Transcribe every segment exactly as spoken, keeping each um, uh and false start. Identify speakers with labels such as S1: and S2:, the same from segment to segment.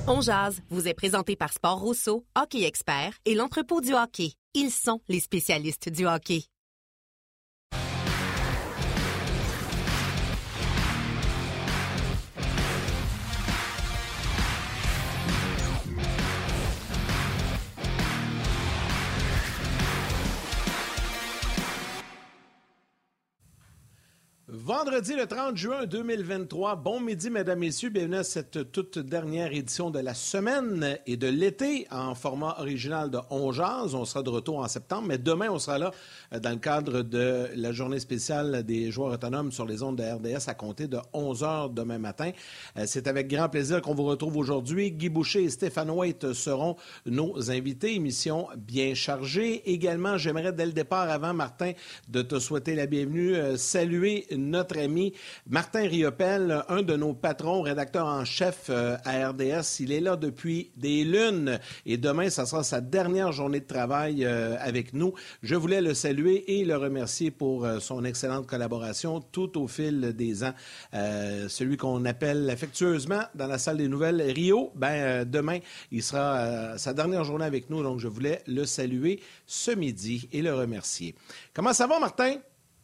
S1: On jase vous est présenté par Sport Rousseau, Hockey Expert et l'entrepôt du hockey. Ils sont les spécialistes du hockey.
S2: Vendredi le trente juin deux mille vingt-trois. Bon midi, mesdames, messieurs. Bienvenue à cette toute dernière édition de la semaine et de l'été en format original de On jase. On sera de retour en septembre, mais demain, on sera là dans le cadre de la journée spéciale des joueurs autonomes sur les ondes de R D S à compter de onze heures demain matin. C'est avec grand plaisir qu'on vous retrouve aujourd'hui. Guy Boucher et Stéphane White seront nos invités. Émission bien chargée. Également, j'aimerais dès le départ, avant, Martin, de te souhaiter la bienvenue, euh, saluer notre ami Martin Riopel, un de nos patrons, rédacteur en chef euh, à R D S. Il est là depuis des lunes et demain, ça sera sa dernière journée de travail euh, avec nous. Je voulais le saluer et le remercier pour euh, son excellente collaboration tout au fil des ans. Euh, celui qu'on appelle affectueusement dans la salle des nouvelles Rio, ben euh, demain, il sera euh, sa dernière journée avec nous, donc je voulais le saluer ce midi et le remercier. Comment ça va, Martin?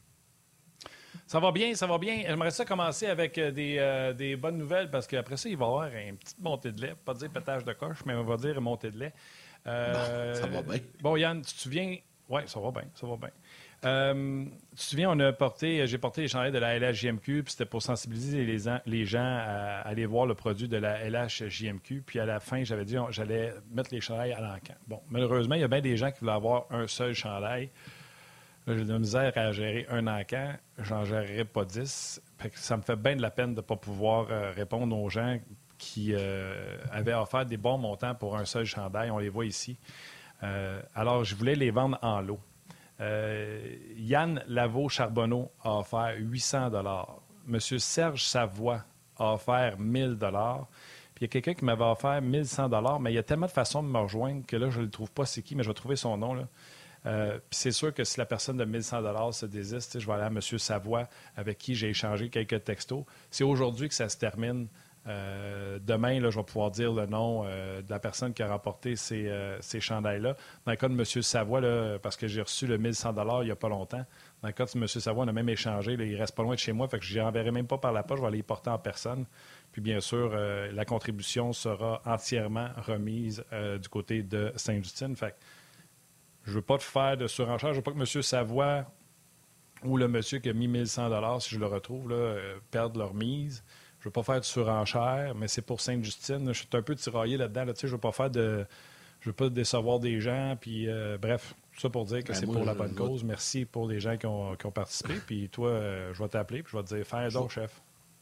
S3: Ça va bien, ça va bien. J'aimerais ça commencer avec des, euh, des bonnes nouvelles parce qu'après ça, il va y avoir une petite montée de lait. Pas dire pétage de coche, mais on va dire montée de lait. Euh,
S2: bon, ça va bien.
S3: Bon, Yann, tu te souviens... Oui, ça va bien, ça va bien. Euh, tu te souviens, on a porté, j'ai porté les chandails de la L H J M Q, puis c'était pour sensibiliser les, les gens à aller voir le produit de la L H J M Q. Puis à la fin, j'avais dit on, j'allais mettre les chandails à l'encan. Bon, malheureusement, il y a bien des gens qui voulaient avoir un seul chandail. Là, j'ai de la misère à gérer un encan. J'en gérerai pas dix. Fait que ça me fait bien de la peine de ne pas pouvoir euh, répondre aux gens qui euh, avaient offert des bons montants pour un seul chandail. On les voit ici. Euh, alors, je voulais les vendre en lot. Euh, Yann Lavaux-Charbonneau a offert huit cents dollars. Monsieur Serge Savoie a offert mille dollars. Puis il y a quelqu'un qui m'avait offert mille cent dollars, mais il y a tellement de façons de me rejoindre que là, je ne le trouve pas c'est qui, mais je vais trouver son nom, là. Euh, puis c'est sûr que si la personne de mille cent dollars se désiste, je vais aller à M. Savoie, avec qui j'ai échangé quelques textos. C'est aujourd'hui que ça se termine. Euh, demain, là, je vais pouvoir dire le nom euh, de la personne qui a remporté ces, euh, ces chandails-là. Dans le cas de M. Savoie, là, parce que j'ai reçu le mille cent dollars il n'y a pas longtemps, dans le cas de M. Savoie, on a même échangé. Là, il reste pas loin de chez moi, fait que je n'y enverrai même pas par la poche, je vais aller y porter en personne. Puis bien sûr, euh, la contribution sera entièrement remise euh, du côté de Sainte-Justine. Fait que je ne veux pas te faire de surenchère. Je ne veux pas que M. Savoie ou le monsieur qui a mis mille cent dollars, si je le retrouve, là, euh, perdent leur mise. Je ne veux pas faire de surenchère, mais c'est pour Sainte-Justine. Je suis un peu tiraillé là-dedans. Là, je ne veux pas faire de. Je veux pas décevoir des gens. Puis, euh, bref, tout ça pour dire que ben c'est moi, pour la bonne je... cause. Merci pour les gens qui ont, qui ont participé. Puis toi, euh, je vais t'appeler puis je vais te dire faire donc, chef.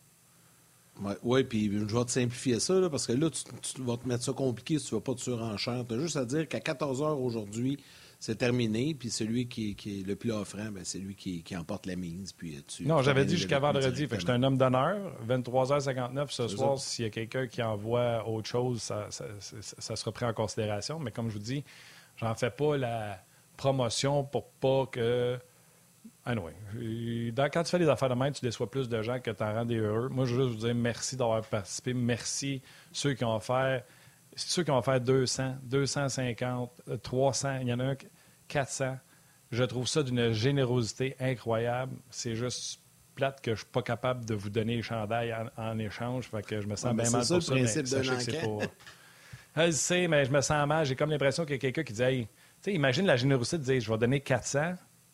S2: Oui, ouais, puis je vais te simplifier ça, là, parce que là, tu, tu vas te mettre ça compliqué si tu ne vas pas de surenchère. Tu as juste à dire qu'à quatorze heures aujourd'hui, c'est terminé, puis celui qui, qui est le plus offrant, ben, c'est lui qui, qui emporte la mise. Puis tu,
S3: non, j'avais dit jusqu'à vendredi. Fait que j'étais un homme d'honneur. vingt-trois heures cinquante-neuf ce c'est soir, s'il y a quelqu'un qui envoie autre chose, ça, ça, ça, ça sera pris en considération. Mais comme je vous dis, j'en fais pas la promotion pour pas que... Anyway, dans, quand tu fais des affaires de même, tu déçois plus de gens que tu en rends des heureux. Moi, je veux juste vous dire merci d'avoir participé. Merci ceux qui ont offert... Ceux qui ont offert deux cents, deux cent cinquante, trois cents, il y en a un quatre cents. Je trouve ça d'une générosité incroyable. C'est juste plate que je ne suis pas capable de vous donner les chandails en, en échange. Fait que je me sens ouais, bien mal
S2: ça,
S3: pour ça.
S2: Mais
S3: sachez que c'est pas... Je sais, mais je me sens mal. J'ai comme l'impression qu'il y a quelqu'un qui dit hey, tu sais, imagine la générosité de dire je vais donner quatre cents.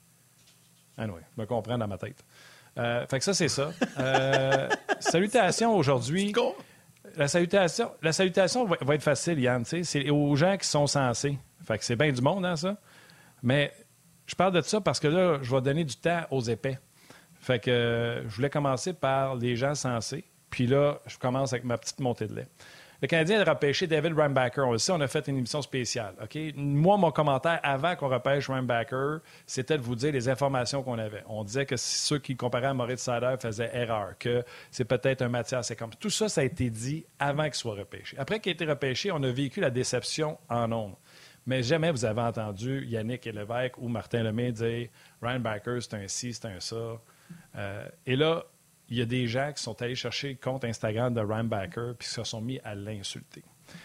S3: Ah oui, je me comprends dans ma tête. Euh, fait que ça, c'est ça. Euh, salutations aujourd'hui. La salutation, la salutation va, va être facile, Yann. C'est aux gens qui sont censés. Fait que c'est bien du monde, hein, ça. Mais je parle de ça parce que là, je vais donner du temps aux épais. Fait que euh, je voulais commencer par les gens censés. Puis là, je commence avec ma petite montée de lait. Le Canadien a repêché David Reinbacher. On le sait, on a fait une émission spéciale. Okay? Moi, mon commentaire avant qu'on repêche Reinbacher, c'était de vous dire les informations qu'on avait. On disait que ceux qui comparaient à Moritz Seider faisaient erreur, que c'est peut-être un Mathias Ekholm. Tout ça, ça a été dit avant qu'il soit repêché. Après qu'il ait été repêché, on a vécu la déception en ondes. Mais jamais vous avez entendu Yannick Lévesque ou Martin Lemay dire Reinbacher, c'est un ci, c'est un ça. Euh, et là, il y a des gens qui sont allés chercher le compte Instagram de Reinbacher puis qui se sont mis à l'insulter.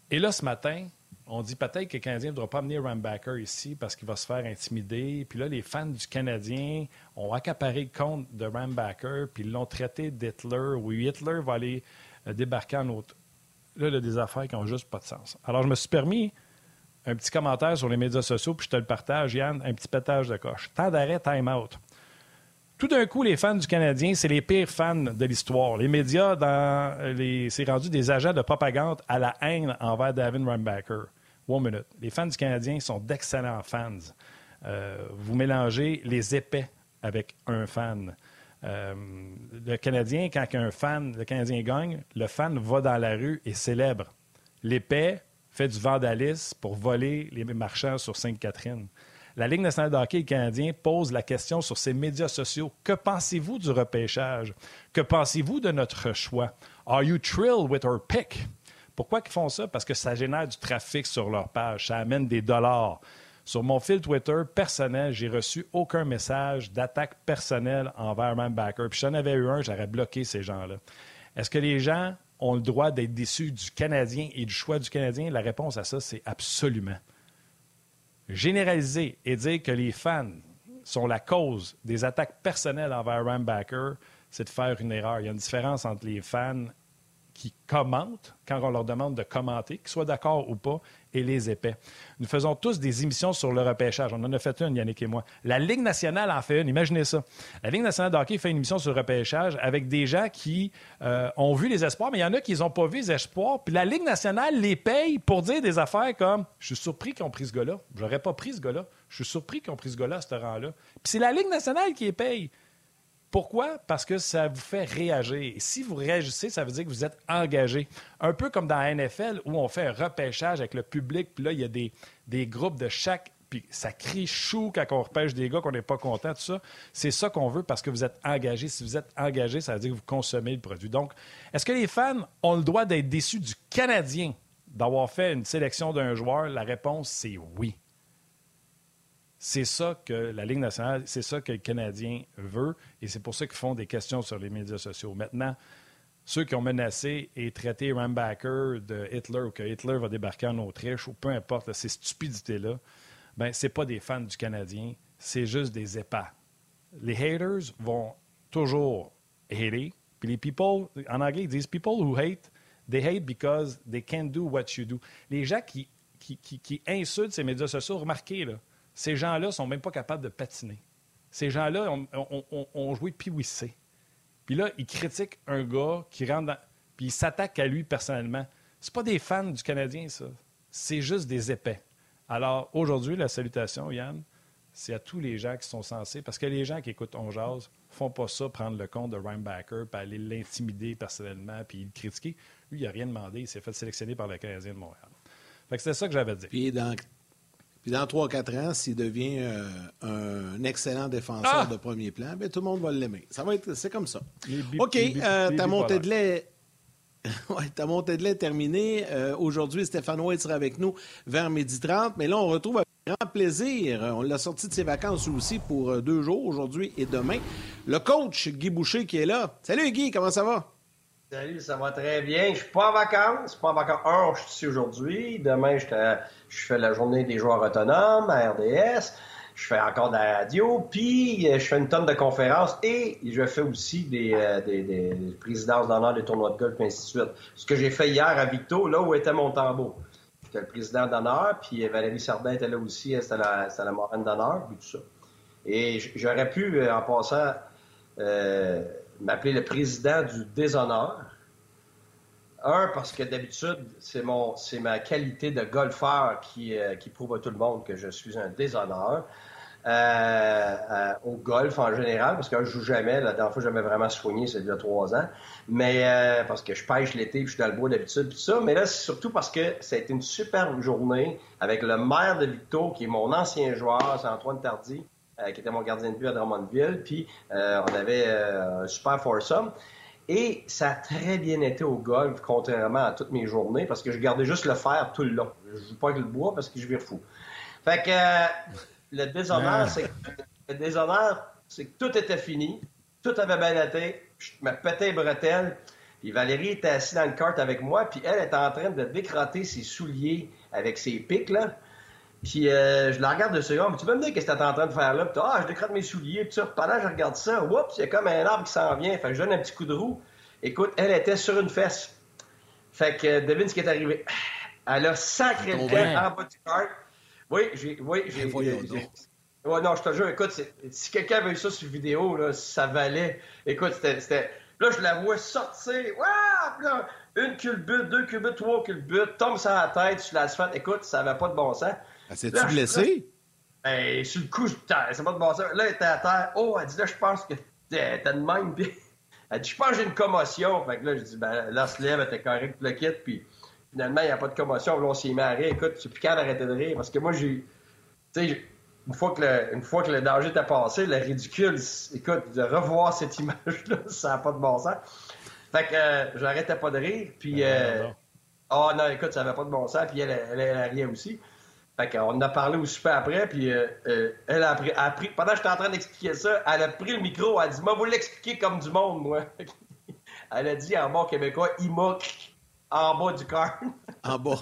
S3: Et là, ce matin, on dit peut-être que le Canadien ne devra pas amener Rambacker ici parce qu'il va se faire intimider. Puis là, les fans du Canadien ont accaparé le compte de Rambacker puis ils l'ont traité d'Hitler. Oui, Hitler va aller euh, débarquer en autre. Là, il y a des affaires qui n'ont juste pas de sens. Alors, je me suis permis un petit commentaire sur les médias sociaux puis je te le partage, Yann, un petit pétage de coche. Temps d'arrêt, time out. Tout d'un coup, les fans du Canadien, c'est les pires fans de l'histoire. Les médias, dans les... c'est rendu des agents de propagande à la haine envers David Rambacker. One minute. Les fans du Canadien sont d'excellents fans. Euh, vous mélangez les épais avec un fan. Euh, le Canadien, quand un fan, le Canadien gagne, le fan va dans la rue et célèbre. L'épais fait du vandalisme pour voler les marchands sur Sainte-Catherine. La Ligue nationale de hockey, le Canadien, pose la question sur ses médias sociaux. Que pensez-vous du repêchage? Que pensez-vous de notre choix? Are you thrilled with our pick? Pourquoi ils font ça? Parce que ça génère du trafic sur leur page. Ça amène des dollars. Sur mon fil Twitter personnel, j'ai reçu aucun message d'attaque personnelle envers Rambacker. Puis si j'en avais eu un, j'aurais bloqué ces gens-là. Est-ce que les gens ont le droit d'être déçus du Canadien et du choix du Canadien? La réponse à ça, c'est absolument. Généraliser et dire que les fans sont la cause des attaques personnelles envers Rambacker, c'est de faire une erreur. Il y a une différence entre les fans qui commentent, quand on leur demande de commenter, qu'ils soient d'accord ou pas, et les épais. Nous faisons tous des émissions sur le repêchage. On en a fait une, Yannick et moi. La Ligue nationale en fait une. Imaginez ça. La Ligue nationale de hockey fait une émission sur le repêchage avec des gens qui euh, ont vu les espoirs, mais il y en a qui n'ont pas vu les espoirs. Puis la Ligue nationale les paye pour dire des affaires comme « Je suis surpris qu'ils ont pris ce gars-là. J'aurais pas pris ce gars-là. Je suis surpris qu'ils ont pris ce gars-là à ce rang-là. » Puis c'est la Ligue nationale qui les paye. Pourquoi? Parce que ça vous fait réagir. Et si vous réagissez, ça veut dire que vous êtes engagé. Un peu comme dans la N F L où on fait un repêchage avec le public, puis là, il y a des, des groupes de chaque... Puis ça crie chou quand on repêche des gars qu'on n'est pas content, tout ça. C'est ça qu'on veut parce que vous êtes engagé. Si vous êtes engagé, ça veut dire que vous consommez le produit. Donc, est-ce que les fans ont le droit d'être déçus du Canadien d'avoir fait une sélection d'un joueur? La réponse, c'est oui. C'est ça que la Ligue nationale, c'est ça que le Canadien veut et c'est pour ça qu'ils font des questions sur les médias sociaux. Maintenant, ceux qui ont menacé et traité Rambacker de Hitler ou que Hitler va débarquer en Autriche ou peu importe là, ces stupidités-là, ben c'est pas des fans du Canadien, c'est juste des épais. Les haters vont toujours hater. Puis les people, en anglais, ils disent « people who hate, they hate because they can't do what you do ». Les gens qui, qui, qui, qui insultent ces médias sociaux, remarquez, là, ces gens-là ne sont même pas capables de patiner. Ces gens-là ont, ont, ont, ont joué Pee Wee C. Puis là, ils critiquent un gars qui rentre dans... Puis ils s'attaquent à lui personnellement. C'est pas des fans du Canadien, ça. C'est juste des épais. Alors, aujourd'hui, la salutation, Yann, c'est à tous les gens qui sont censés... Parce que les gens qui écoutent On Jase font pas ça, prendre le compte de Rambacker, puis aller l'intimider personnellement, puis le critiquer. Lui, il n'a rien demandé. Il s'est fait sélectionner par le Canadien de Montréal. Fait que c'était ça que j'avais dit.
S2: Puis dans... Puis dans trois quatre ans, s'il devient euh, un excellent défenseur ah! de premier plan, bien, tout le monde va l'aimer. Ça va être, c'est comme ça. Bip, OK, bip, euh, bip, ta, montée de lait... ouais, ta montée de lait est terminée. Euh, aujourd'hui, Stéphane White sera avec nous vers midi trente. Mais là, on retrouve avec grand plaisir. On l'a sorti de ses vacances aussi pour deux jours, aujourd'hui et demain. Le coach Guy Boucher qui est là. Salut Guy, comment ça va?
S4: Salut, ça va très bien. Je suis pas en vacances. Je suis pas en vacances. Un, je suis ici aujourd'hui. Demain, je, je fais la journée des joueurs autonomes à R D S. Je fais encore de la radio. Puis, je fais une tonne de conférences et je fais aussi des, euh, des, des, des présidences d'honneur des tournois de golf et ainsi de suite. Ce que j'ai fait hier à Victo, là où était mon tambour. J'étais le président d'honneur. Puis, Valérie Sardin était là aussi. C'était la, c'était la marraine d'honneur. Puis tout ça. Et j'aurais pu, en passant... Euh, m'appeler le président du déshonneur. Un, parce que d'habitude, c'est mon, c'est ma qualité de golfeur qui, euh, qui prouve à tout le monde que je suis un déshonneur. Euh, euh, au golf en général, parce que je joue jamais. La dernière fois, je m'avais vraiment soigné, c'est il y a trois ans. Mais euh, parce que je pêche l'été, puis je suis dans le bois d'habitude, puis tout ça. Mais là, c'est surtout parce que ça a été une superbe journée avec le maire de Victo, qui est mon ancien joueur, c'est Antoine Tardy, Euh, qui était mon gardien de but à Drummondville, puis euh, on avait euh, un super foursome. Et ça a très bien été au golf, contrairement à toutes mes journées, parce que je gardais juste le fer tout le long. Je joue pas avec le bois parce que je vire fou. Fait que euh, le déshonneur, c'est que, le déshonneur, c'est que tout était fini, tout avait bien été, je me pétais les bretelles, Puis Valérie était assise dans le kart avec moi, puis elle était en train de décrotter ses souliers avec ses pics, là. Puis euh, je la regarde de ce gars, mais tu peux me dire qu'est-ce que t'es en train de faire là? Puis ah, je décrotte mes souliers, puis ça. Pendant que je regarde ça, oups, il y a comme un arbre qui s'en vient. Fait que je donne un petit coup de roue. Écoute, elle était sur une fesse. Fait que devine ce qui est arrivé. Elle a sacré le camp en bas du kart. Oui, j'ai... Oui, j'ai... j'ai, j'ai ouais, non, je te jure, écoute, c'est, si quelqu'un avait eu ça sur vidéo, là, ça valait... Écoute, c'était... c'était... Là, je la vois sortir. Waouh! Là, une culbute, deux culbutes, trois culbutes, tombe sur la tête, sur l'asphalte. Écoute, ça n'avait pas de bon sens.
S2: Elle s'est-tu blessée?
S4: Ben, sur le coup, je... ça n'a pas de bon sens. Là, elle était à terre. Oh, elle dit, là, je pense que t'es, t'es de même. Puis elle dit, je pense que j'ai une commotion. Fait que là, je dis, ben, là, elle se lève, elle était correcte, le kit. Puis finalement, il n'y a pas de commotion. Là, on s'est mis à rire. Écoute, c'est plus calme d'arrêter de rire. Parce que moi, j'ai. Tu sais, une fois que le, une fois que le danger était passé, le ridicule, écoute, de revoir cette image-là, ça n'a pas de bon sens. Fait que euh, j'arrêtais pas de rire. Puis. Euh... Oh non, écoute, ça n'avait pas de bon sens. Puis elle, elle, elle, elle riait aussi. Fait qu'on en a parlé au super après, puis euh, euh, elle a appris, a appris, pendant que j'étais en train d'expliquer ça, elle a pris le micro, elle a dit « Moi, vous l'expliquer comme du monde, moi. » Elle a dit en bon québécois « Il m'a en bas du cœur. »
S2: En bas.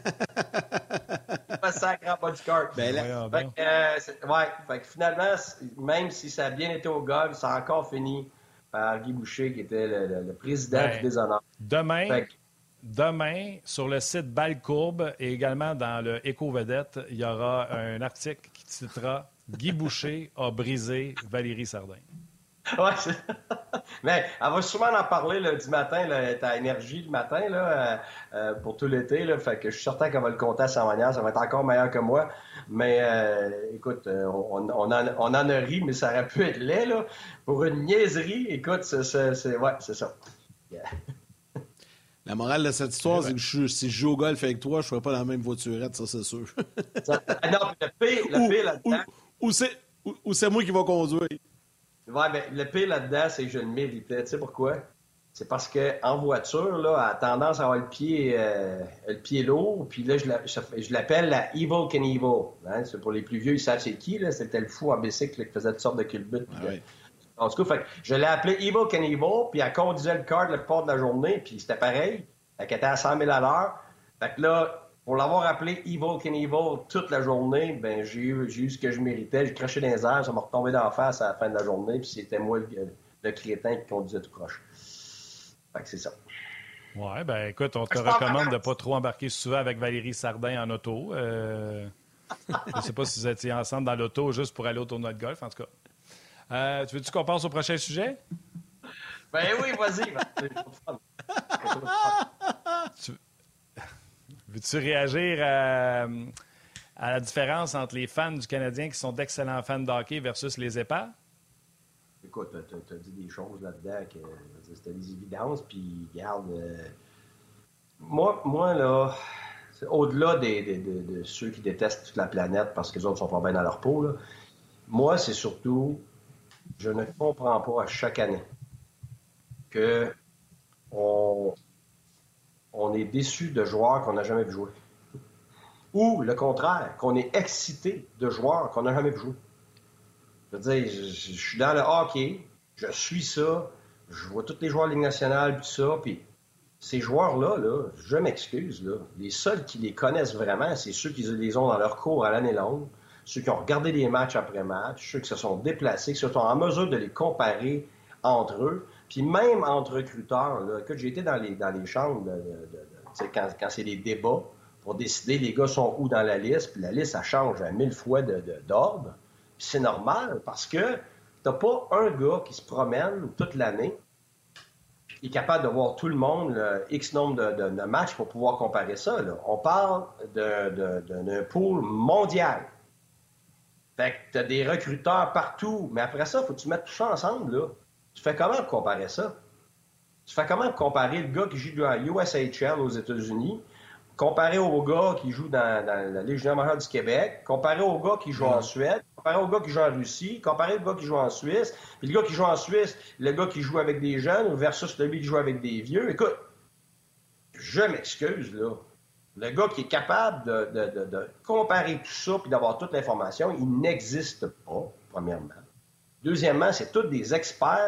S4: Pas sacré en bas du cœur.
S2: Ben là,
S4: fait, que, euh, c'est, ouais, fait que finalement, même si ça a bien été au golf, ça a encore fini par Guy Boucher, qui était le, le, le président ben, du déshonneur.
S3: Demain... Fait que, Demain, sur le site Balle-Courbe et également dans le Éco-Vedette, il y aura un article qui titrera « Guy Boucher a brisé Valérie Sardin ».
S4: Oui, mais elle va sûrement en parler lundi matin, là, elle est à Énergie le matin là, euh, pour tout l'été. Là, fait que je suis certain qu'elle va le compter à sa manière. Ça va être encore meilleur que moi. Mais euh, écoute, on, on, en, on en a ri, mais ça aurait pu être laid. Là. Pour une niaiserie, écoute, c'est, c'est, c'est, ouais, c'est ça. Yeah.
S2: La morale de cette histoire, c'est que je, si je joue au golf avec toi, je ne ferai pas la même voiturette, ça, c'est sûr.
S4: ça, non, le pire, le pire là-dedans...
S2: Ou, ou, c'est, ou, ou c'est moi qui va conduire.
S4: Ouais, ben, le pire là-dedans, c'est que je le méritais. Tu sais pourquoi? C'est parce qu'en voiture, là, elle a tendance à avoir le pied, euh, le pied lourd, puis là, je, la, je, je l'appelle la Evil Knievel. Hein? C'est pour les plus vieux, ils savent c'est qui, là. C'était le fou en bicycle là, qui faisait toutes sortes de culbutes. Ah ouais. En tout cas, fait, je l'ai appelé Evil Knievel, puis elle conduisait le car la plupart de la journée, puis c'était pareil. Elle était à cent mille à l'heure. Fait que là, pour l'avoir appelé Evil Knievel toute la journée, ben j'ai eu, j'ai eu ce que je méritais. J'ai craché dans les airs, ça m'a retombé d'en face à la fin de la journée, puis c'était moi le, le crétin qui conduisait tout croche. Fait que c'est ça.
S3: Ouais, ben écoute, on te recommande de ne pas trop embarquer souvent avec Valérie Sardin en auto. Euh... je ne sais pas si vous étiez ensemble dans l'auto juste pour aller au tournoi de golf, en tout cas. Euh, tu veux-tu qu'on passe au prochain sujet?
S4: Ben oui, vas-y.
S3: tu... Veux-tu réagir à, à la différence entre les fans du Canadien qui sont d'excellents fans de hockey versus les épars?
S4: Écoute, tu as dit des choses là-dedans que c'était des évidences, puis regarde, euh, moi, moi, là, c'est au-delà des, des, de, de ceux qui détestent toute la planète parce que les autres sont pas bien dans leur peau, là, moi, c'est surtout, je ne comprends pas à chaque année que on, on est déçu de joueurs qu'on n'a jamais vu jouer. Ou le contraire, qu'on est excité de joueurs qu'on n'a jamais vu jouer. Je veux dire, je, je, je suis dans le hockey, je suis ça, je vois tous les joueurs de Ligue nationale, puis ça, puis ces joueurs-là, là, je m'excuse, là, les seuls qui les connaissent vraiment, c'est ceux qui les ont dans leur cours à l'année longue, ceux qui ont regardé les matchs après match, ceux qui se sont déplacés, qui sont en mesure de les comparer entre eux, puis même entre recruteurs. Là, écoute, j'ai été dans les, dans les chambres de, de, de, de, quand, quand c'est des débats pour décider les gars sont où dans la liste, puis la liste, ça change à mille fois de, de, d'ordre. Puis c'est normal parce que t'as pas un gars qui se promène toute l'année qui est capable de voir tout le monde, le X nombre de, de, de matchs pour pouvoir comparer ça. Là. On parle de, de, de, d'un pool mondial. Fait que t'as des recruteurs partout, mais après ça, faut que tu mettes tout ça ensemble, là. Tu fais comment pour comparer ça? Tu fais comment pour comparer le gars qui joue dans U S H L aux États-Unis, comparé au gars qui joue dans, dans la Ligue junior majeure du Québec, comparé au gars qui joue mmh. en Suède, comparé au gars qui joue en Russie, comparé au gars qui joue en Suisse, puis le gars qui joue en Suisse, le gars qui joue avec des jeunes versus celui qui joue avec des vieux. Écoute, je m'excuse, là. Le gars qui est capable de, de, de, de comparer tout ça puis d'avoir toute l'information, il n'existe pas, premièrement. Deuxièmement, c'est tous des experts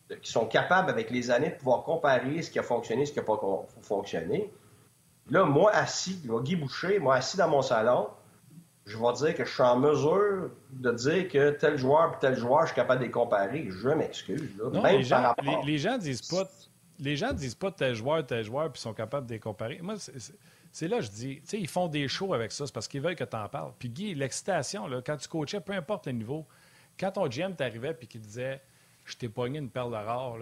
S4: qui sont capables, avec les années, de pouvoir comparer ce qui a fonctionné et ce qui n'a pas fonctionné. Là, moi, assis, là, Guy Boucher, moi, assis dans mon salon, je vais dire que je suis en mesure de dire que tel joueur et tel joueur, je suis capable de les comparer. Je m'excuse. Là.
S3: Non,
S4: Même
S3: les, gens,
S4: par rapport...
S3: les, les gens disent pas... Les gens disent pas tel joueur, tel joueur, puis sont capables de les comparer. Moi, c'est, c'est, c'est là que je dis, tu sais, ils font des shows avec ça, c'est parce qu'ils veulent que tu en parles. Puis Guy, l'excitation, là, quand tu coachais, peu importe le niveau, quand ton G M t'arrivait et qu'il disait « Je t'ai pogné une perle rare », là,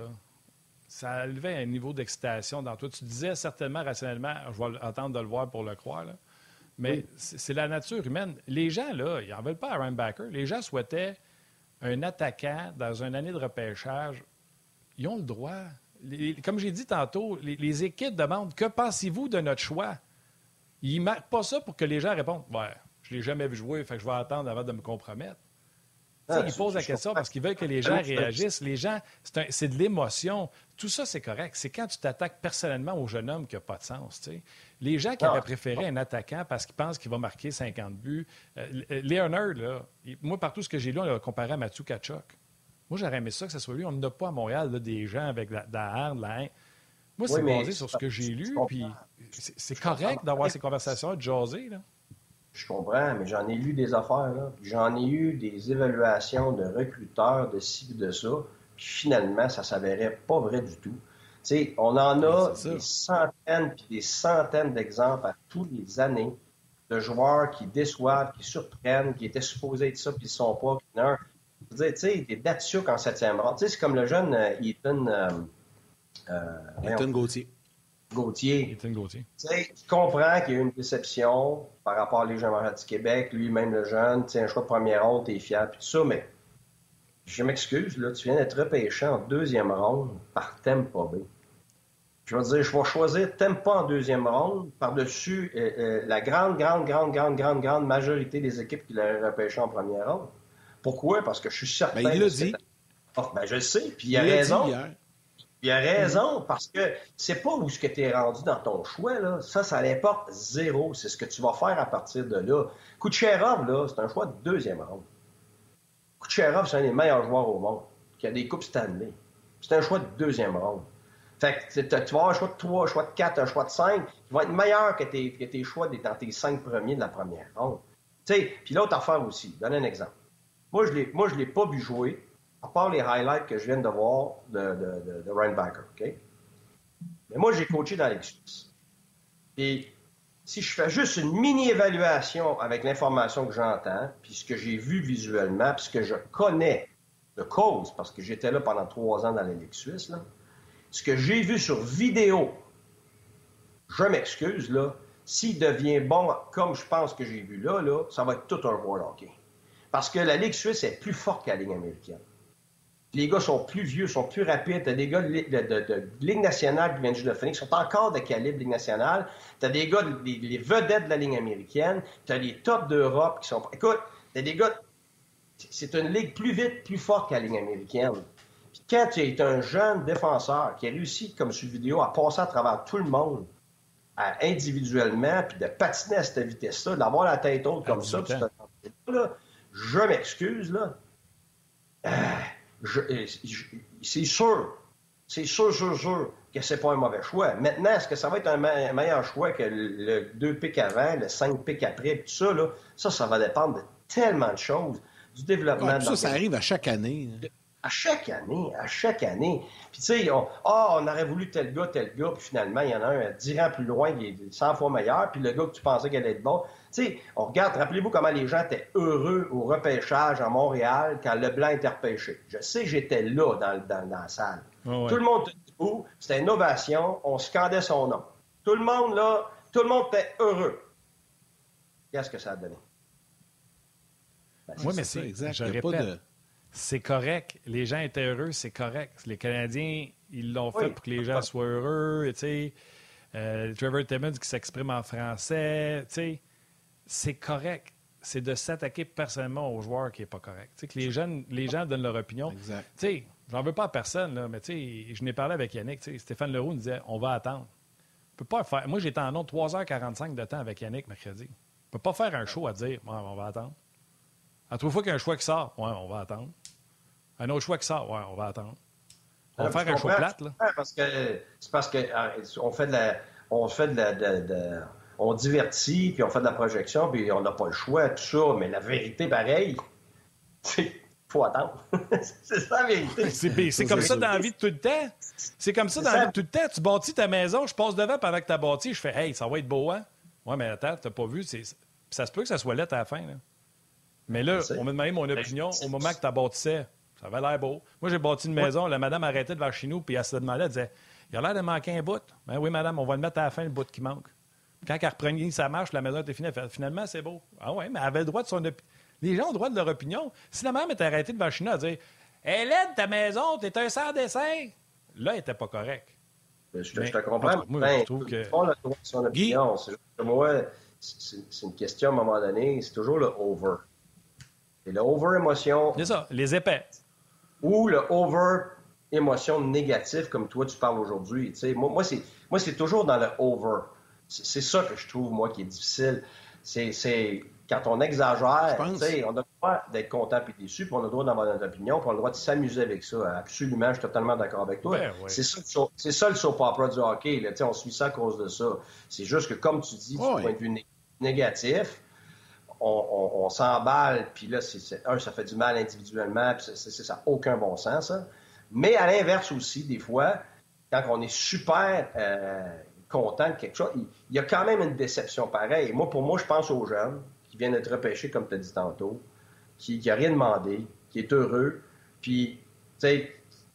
S3: ça élevait un niveau d'excitation dans toi. Tu disais certainement, rationnellement, je vais attendre de le voir pour le croire, là. Mais oui. c'est, c'est la nature humaine. Les gens, là, ils n'en veulent pas à Reinbacker. Les gens souhaitaient un attaquant dans une année de repêchage. Ils ont le droit. Les, comme j'ai dit tantôt, les, les équipes demandent « Que pensez-vous de notre choix? » Ils ne marquent pas ça pour que les gens répondent « Ouais, je ne l'ai jamais vu jouer, fait que je vais attendre avant de me compromettre. » Ah, ils posent la question parce qu'ils veulent que les gens réagissent. Les gens, c'est, un, c'est de l'émotion. Tout ça, c'est correct. C'est quand tu t'attaques personnellement au jeune homme qui n'a pas de sens. T'sais. Les gens qui non. auraient préféré un attaquant parce qu'ils pensent qu'il va marquer cinquante buts. Euh, Leonard, là, moi, partout ce que j'ai lu, on l'a comparé à Mathieu Tkachuk. Moi, j'aurais aimé ça que ce soit lui. On n'a pas à Montréal là, des gens avec la, de la haine, de la haine. Moi, c'est oui, basé sur ce que j'ai lu. Puis c'est, c'est correct d'avoir ces conversations, de jaser, là.
S4: Je comprends, mais j'en ai lu des affaires, là. J'en ai eu des évaluations de recruteurs, de ci, de ça. Puis finalement, ça s'avérait pas vrai du tout. Tu sais, on en a oui, des centaines puis des centaines d'exemples à tous les années de joueurs qui déçoivent, qui surprennent, qui étaient supposés être ça, puis ils ne sont pas. Puis non. Je veux dire, tu sais, des Datsyuk en septième rang. Tu sais, c'est comme le jeune euh, Ethan... Euh,
S2: euh, Ethan Gauthier.
S4: Gauthier.
S3: Ethan Gauthier.
S4: Tu sais, tu comprends qu'il y a eu une déception par rapport à les gens du Québec, lui-même le jeune, tu sais, un choix de première ronde, t'es fier, puis tout ça, mais je m'excuse, là, tu viens d'être repêché en deuxième ronde par Tampa Bay. Je veux dire, je vais choisir Tampa en deuxième ronde par-dessus euh, euh, la grande, grande, grande, grande, grande, grande majorité des équipes qui l'auraient repêché en première ronde. Pourquoi? Parce que je suis certain...
S2: Ben, il l'a dit.
S4: Oh, ben, je le sais, puis il a il raison. Il a raison, parce que c'est pas où ce que tu es rendu dans ton choix, là. Ça, ça l'importe zéro. C'est ce que tu vas faire à partir de là. Kucherov, là, c'est un choix de deuxième ronde. Kucherov, c'est un des meilleurs joueurs au monde, qui a des coupes Stanley. C'est un choix de deuxième ronde. Fait que tu vas avoir un choix de trois, un choix de quatre, un choix de cinq, qui va être meilleur que tes, que tes choix dans tes cinq premiers de la première ronde. Tu sais, puis l'autre affaire aussi, donne un exemple. Moi, je l'ai, moi, je l'ai pas vu jouer, à part les highlights que je viens de voir de, de, de, de Reinbacker, OK? Mais moi, j'ai coaché dans l'Exus. Et si je fais juste une mini-évaluation avec l'information que j'entends, puis ce que j'ai vu visuellement, puis ce que je connais de cause, parce que j'étais là pendant trois ans dans l'Exus, là, ce que j'ai vu sur vidéo, je m'excuse, là, s'il devient bon comme je pense que j'ai vu là, là, ça va être tout un joueur hockey. Parce que la Ligue suisse est plus forte que la Ligue américaine. Les gars sont plus vieux, sont plus rapides. Tu as des gars de, de, de, de Ligue nationale qui viennent juste de finir, qui sont encore de calibre Ligue nationale. Tu as des gars, les, les vedettes de la Ligue américaine. Tu as les tops d'Europe qui sont... Écoute, tu as des gars... C'est une ligue plus vite, plus forte que la Ligue américaine. Puis quand tu es un jeune défenseur qui a réussi, comme sur vidéo, à passer à travers tout le monde, à, individuellement, puis de patiner à cette vitesse-là, d'avoir la tête haute comme ça, là, je m'excuse, là. Euh, je, je, c'est sûr, c'est sûr, sûr, sûr que c'est pas un mauvais choix. Maintenant, est-ce que ça va être un, me- un meilleur choix que le deux pics avant, le cinq pics après, tout ça, là? Ça, ça va dépendre de tellement de choses, du développement...
S2: Ouais,
S4: de
S2: ça, ça arrive à chaque année. Hein.
S4: À chaque année, à chaque année. Puis tu sais, on, oh, on aurait voulu tel gars, tel gars, puis finalement, il y en a un dix ans plus loin qui est cent fois meilleur, puis le gars que tu pensais qu'il allait être bon. Tu sais, on regarde, rappelez-vous comment les gens étaient heureux au repêchage à Montréal quand Leblanc était repêché. Je sais que j'étais là dans, dans, dans la salle. Oh ouais. Tout le monde était debout, c'était une ovation, on scandait son nom. Tout le monde, là, tout le monde était heureux. Qu'est-ce que ça a donné?
S3: Ben, oui, mais c'est, exact. Je répète, de... c'est correct. Les gens étaient heureux, c'est correct. Les Canadiens, ils l'ont oui. fait pour que les gens soient heureux. Tu sais, euh, Trevor Timmons qui s'exprime en français. Tu sais, c'est correct. C'est de s'attaquer personnellement aux joueurs qui n'est pas correct. Tu sais, que les, jeunes, les gens donnent leur opinion.
S2: Exact.
S3: Tu sais, j'en veux pas à personne, là, mais tu sais, je n'ai parlé avec Yannick. Tu sais, Stéphane Leroux nous disait, on va attendre. On peut pas faire... Moi, j'étais en nom trois heures quarante-cinq de temps avec Yannick mercredi. On peut pas faire un show à dire, ouais, on va attendre. À trois fois qu'il y a un choix qui sort, ouais, on va attendre. Un autre choix qui sort, ouais, on va attendre. On va faire un show plate, là.
S4: Parce que, c'est parce que on fait de la... On fait de la... De, de, on divertit, puis on fait de la projection, puis on n'a pas le choix, tout ça. Mais la vérité, pareil, c'est... faut attendre. C'est ça la vérité.
S3: C'est, c'est comme ça dans la vie de tout le temps. C'est comme ça dans la vie de tout le temps. Tu bâtis ta maison, je passe devant pendant que tu as bâti, je fais « Hey, ça va être beau, hein? » Ouais, mais attends, t'as pas vu. C'est... Ça se peut que ça soit lettre à la fin, là. Mais là, on m'a demandé mon opinion au moment que tu as bâtissais. Ça avait l'air beau. Moi, j'ai bâti une maison, ouais. La madame arrêtait devant chez nous, puis elle se demandait, elle disait « Il a l'air de manquer un bout. » Ben oui, madame, on va le mettre à la fin, le bout qui manque. Quand elle reprenait sa marche, la maison était finie, elle fait « Finalement, c'est beau. » Ah ouais, mais elle avait le droit de son opinion. Les gens ont le droit de leur opinion. Si la madame était arrêtée devant chez nous à dire « Hé, laide, ta maison, t'es un sans dessin. » Là, elle n'était pas correcte.
S4: Je, mais, je te comprends.
S3: Moi,
S4: ben,
S3: je trouve que...
S4: Pas le droit de son opinion. Guy... C'est juste que moi, c'est, c'est une question à un moment donné, c'est toujours le over. Et le over-émotion...
S3: C'est ça, les épais.
S4: Ou le over-émotion négative, comme toi, tu parles aujourd'hui. Tu sais, moi, moi, c'est, moi, c'est toujours dans le over. C'est, c'est ça que je trouve, moi, qui est difficile. C'est, c'est quand on exagère, tu sais, on a le droit d'être content et déçu, puis on a le droit d'avoir notre opinion, puis on a le droit de s'amuser avec ça. Absolument, je suis totalement d'accord avec toi.
S3: Ben, oui.
S4: C'est ça, c'est ça le soap opera du hockey. Là. Tu sais, on suit ça à cause de ça. C'est juste que, comme tu dis, du
S2: oui.
S4: point de vue né- négatif, on, on, on s'emballe, puis là, c'est, c'est, un, ça fait du mal individuellement, puis c'est, c'est, ça n'a aucun bon sens, ça. Mais à l'inverse aussi, des fois, quand on est super euh, content de quelque chose, il, il y a quand même une déception pareille. Moi, pour moi, je pense aux jeunes qui viennent d'être repêchés, comme tu as dit tantôt, qui n'a rien demandé, qui est heureux, puis, tu sais,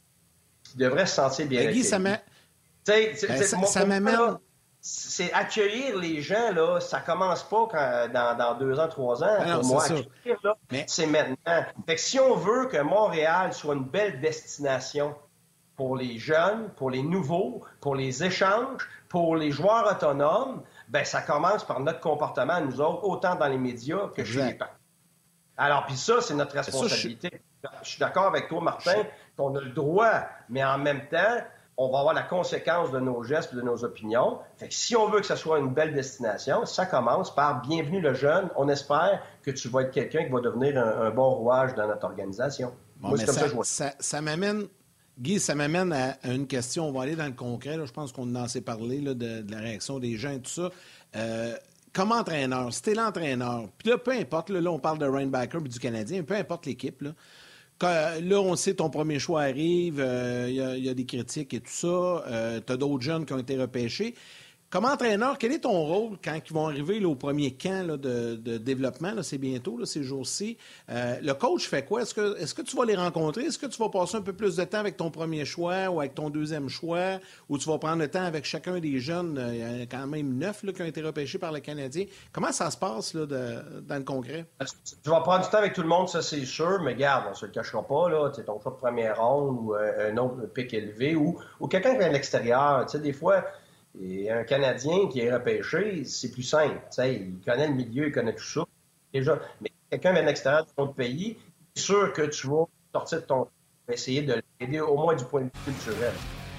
S4: qui devrait se sentir bien accueilli.
S2: Ça, m'a...
S4: ben, ça,
S2: moi, ça m'amène...
S4: Là, c'est accueillir les gens, là, ça commence pas quand, dans, dans deux ans, trois ans.
S2: Alors,
S4: pour moi,
S2: c'est
S4: accueillir, là,
S2: Mais...
S4: c'est maintenant. Fait que si on veut que Montréal soit une belle destination pour les jeunes, pour les nouveaux, pour les échanges, pour les joueurs autonomes, ben ça commence par notre comportement, nous autres, autant dans les médias que
S2: exact.
S4: Chez les parents. Alors, puis ça, c'est notre responsabilité. Ça, je... je suis d'accord avec toi, Martin, je... qu'on a le droit, mais en même temps, on va avoir la conséquence de nos gestes et de nos opinions. Fait que si on veut que ce soit une belle destination, ça commence par « Bienvenue le jeune, on espère que tu vas être quelqu'un qui va devenir un, un bon rouage dans notre organisation. »
S2: Bon, Moi, c'est comme ça, ça, je vois. Ça, ça m'amène... Guy, ça m'amène à, à une question. On va aller dans le concret. Là. Je pense qu'on en s'est parlé là, de, de la réaction des gens et tout ça. Euh, comme entraîneur, si t'es l'entraîneur, puis là, peu importe, là, là on parle de Reinbacker et du Canadien, peu importe l'équipe, là, quand, là, on sait ton premier choix arrive, il euh, y, y a des critiques et tout ça, euh, t'as d'autres jeunes qui ont été repêchés. Comme entraîneur, quel est ton rôle quand ils vont arriver là, au premier camp là, de, de développement? Là, c'est bientôt, là, ces jours-ci. Euh, le coach fait quoi? Est-ce que, est-ce que tu vas les rencontrer? Est-ce que tu vas passer un peu plus de temps avec ton premier choix ou avec ton deuxième choix? Ou tu vas prendre le temps avec chacun des jeunes? Il y en a quand même neuf là, qui ont été repêchés par le Canadien. Comment ça se passe là, de, dans le concret?
S4: Tu vas prendre du temps avec tout le monde, ça c'est sûr, mais garde, on se le cachera pas. Là, ton choix de première ronde ou euh, un autre pic élevé ou, ou quelqu'un qui vient de l'extérieur. Tu sais, des fois... Et un Canadien qui est repêché, c'est plus simple. T'sais, il connaît le milieu, il connaît tout ça. Déjà. Mais quelqu'un vient de l'extérieur de ton pays, c'est sûr que tu vas sortir de ton... essayer de l'aider au moins du point de vue culturel.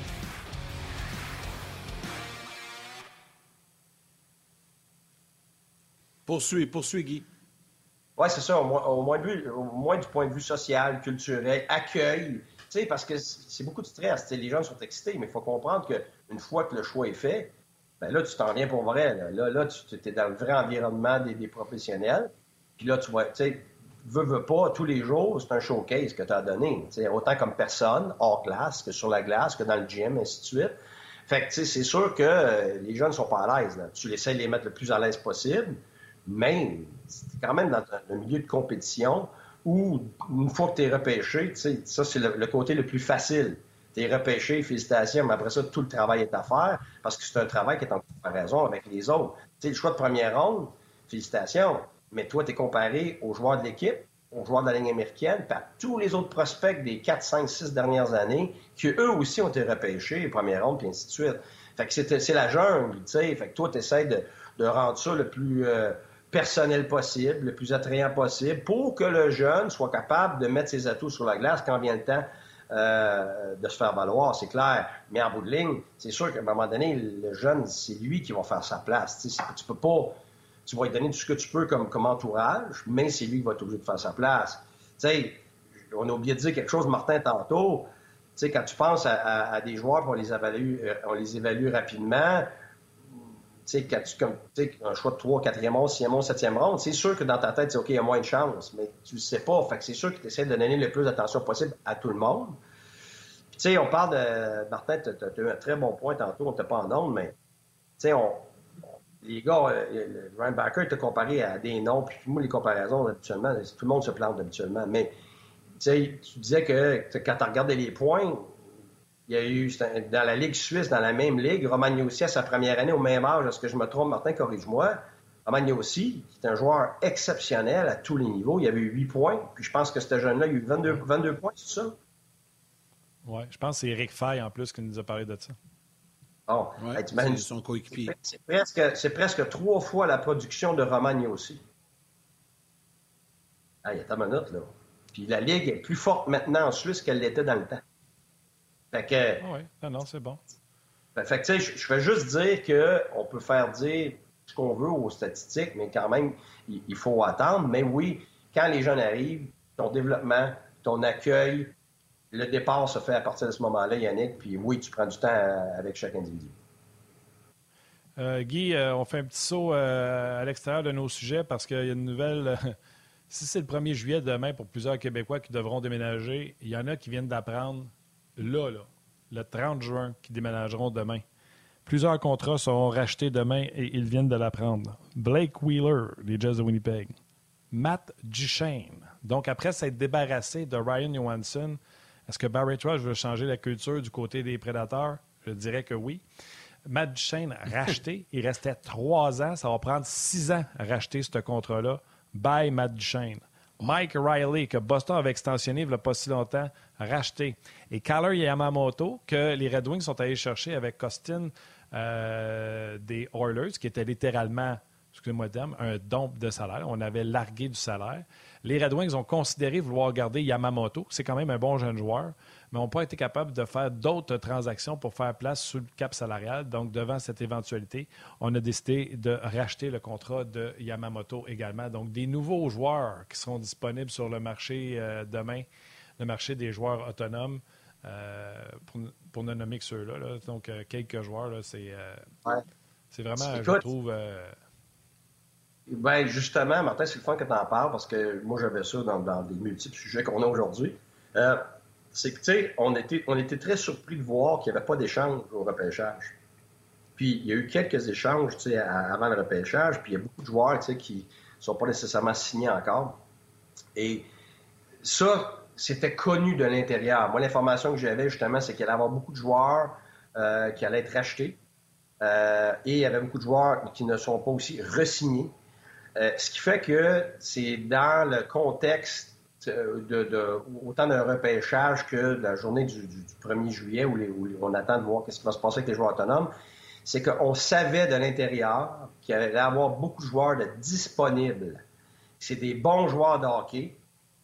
S2: Poursuis, poursuis, Guy.
S4: Oui, c'est ça. Au moins, au, moins de, au moins du point de vue social, culturel, accueil. Tu sais, parce que c'est beaucoup de stress. T'sais, les gens sont excités, mais il faut comprendre qu'une fois que le choix est fait, ben là, tu t'en viens pour vrai. Là, là, là tu es dans le vrai environnement des, des professionnels. Puis là, tu vois, tu sais, veux, veux pas, tous les jours, c'est un showcase que tu as donné. T'sais, autant comme personne, hors glace, que sur la glace, que dans le gym, ainsi de suite. Fait que, tu sais, c'est sûr que euh, les jeunes ne sont pas à l'aise. Là. Tu essaies de les mettre le plus à l'aise possible, mais c'est quand même dans un milieu de compétition où, une fois que tu es repêché, tu sais, ça, c'est le, le côté le plus facile. Tu es repêché, félicitations, mais après ça, tout le travail est à faire parce que c'est un travail qui est en comparaison avec les autres. Tu sais, le choix de première ronde, félicitations, mais toi, tu es comparé aux joueurs de l'équipe, aux joueurs de la Ligue américaine, puis à tous les autres prospects des quatre, cinq, six dernières années qui, eux aussi, ont été repêchés, première ronde, puis ainsi de suite. Fait que c'est, c'est la jungle, tu sais. Fait que toi, tu essaies de, de rendre ça le plus... Euh, personnel possible, le plus attrayant possible, pour que le jeune soit capable de mettre ses atouts sur la glace quand vient le temps euh, de se faire valoir, c'est clair. Mais en bout de ligne, c'est sûr qu'à un moment donné, le jeune, c'est lui qui va faire sa place. Tu sais, tu peux pas... Tu vas lui donner tout ce que tu peux comme, comme entourage, mais c'est lui qui va être obligé de faire sa place. Tu sais, on a oublié de dire quelque chose, Martin, tantôt. sais, quand tu penses à, à, à des joueurs, on les évalue, on les évalue rapidement. Tu sais, quand tu comme tu sais, un choix de trois, quatrième ronde, sixième ronde, septième ronde, c'est sûr que dans ta tête, c'est OK, il y a moins de chance, mais tu le sais pas. Fait que c'est sûr que tu essaies de donner le plus d'attention possible à tout le monde. Puis, tu sais, on parle de. Martin, tu as eu un très bon point tantôt, on n'était pas en onde, mais tu sais, on. Les gars, euh, Ryan Backer était comparé à des noms, puis moi, les comparaisons, habituellement, tout le monde se plante habituellement. Mais tu sais, tu disais que quand tu regardais les points, il y a eu, dans la Ligue suisse, dans la même ligue, Romagnosi, à sa première année, au même âge, est-ce que je me trompe, Martin, corrige-moi, Romagnosi, qui est un joueur exceptionnel à tous les niveaux, il y avait eu huit points, puis je pense que ce jeune-là, il a eu vingt-deux, vingt-deux points, c'est ça?
S3: Oui, je pense que c'est Eric Faye, en plus, qui nous a parlé de ça.
S4: Oh,
S2: ouais,
S4: hey,
S2: c'est son coéquipier.
S4: C'est, c'est, presque, c'est presque trois fois la production de Romagnosi. Ah, il y a ta minute, là. Puis la Ligue est plus forte maintenant en Suisse qu'elle l'était dans le temps. Fait que.
S3: Ah oui, non, non, c'est bon.
S4: Fait que, tu sais, je, je vais juste dire qu'on peut faire dire ce qu'on veut aux statistiques, mais quand même, il, il faut attendre. Mais oui, quand les jeunes arrivent, ton développement, ton accueil, le départ se fait à partir de ce moment-là, Yannick, puis oui, tu prends du temps avec chaque individu.
S3: Euh, Guy, euh, on fait un petit saut euh, à l'extérieur de nos sujets parce qu'il y a une nouvelle. Euh, si c'est le premier juillet demain pour plusieurs Québécois qui devront déménager, il y en a qui viennent d'apprendre là, là, le trente juin, qui déménageront demain. Plusieurs contrats seront rachetés demain et ils viennent de l'apprendre. Blake Wheeler, les Jets de Winnipeg. Matt Duchene. Donc, après s'être débarrassé de Ryan Johansson, est-ce que Barry Trotz veut changer la culture du côté des Prédateurs? Je dirais que oui. Matt Duchene, racheté, il restait trois ans. Ça va prendre six ans à racheter ce contrat-là. Bye, Matt Duchene. Mike Riley, que Boston avait extensionné il n'y a pas si longtemps, racheté. Et Kyler Yamamoto, que les Red Wings sont allés chercher avec Costin euh, des Oilers, qui était littéralement, excusez-moi le terme, un dompe de salaire. On avait largué du salaire. Les Red Wings ont considéré vouloir garder Yamamoto. C'est quand même un bon jeune joueur, mais n'ont pas été capables de faire d'autres transactions pour faire place sous le cap salarial. Donc, devant cette éventualité, on a décidé de racheter le contrat de Yamamoto également. Donc, des nouveaux joueurs qui seront disponibles sur le marché euh, demain, le marché des joueurs autonomes, euh, pour, pour ne nommer que ceux-là. Là. Donc, euh, quelques joueurs, là, c'est, euh,
S4: ouais.
S3: c'est vraiment,
S4: Écoute,
S3: je trouve... Euh...
S4: Ben justement, Martin, c'est le fun que tu en parles parce que moi, j'avais ça dans, dans des multiples sujets qu'on a aujourd'hui. Euh, c'est que, tu sais, on était, on était très surpris de voir qu'il n'y avait pas d'échange au repêchage. Puis, il y a eu quelques échanges, tu sais, avant le repêchage, puis il y a beaucoup de joueurs, tu sais, qui ne sont pas nécessairement signés encore. Et ça, c'était connu de l'intérieur. Moi, l'information que j'avais, justement, c'est qu'il allait y avoir beaucoup de joueurs euh, qui allaient être rachetés. Euh, et il y avait beaucoup de joueurs qui ne sont pas aussi re-signés. Euh, ce qui fait que c'est dans le contexte de, de autant d'un repêchage que de la journée du, du, du premier juillet où, les, où on attend de voir ce qui va se passer avec les joueurs autonomes, c'est qu'on savait de l'intérieur qu'il allait y avoir beaucoup de joueurs de disponibles. C'est des bons joueurs de hockey.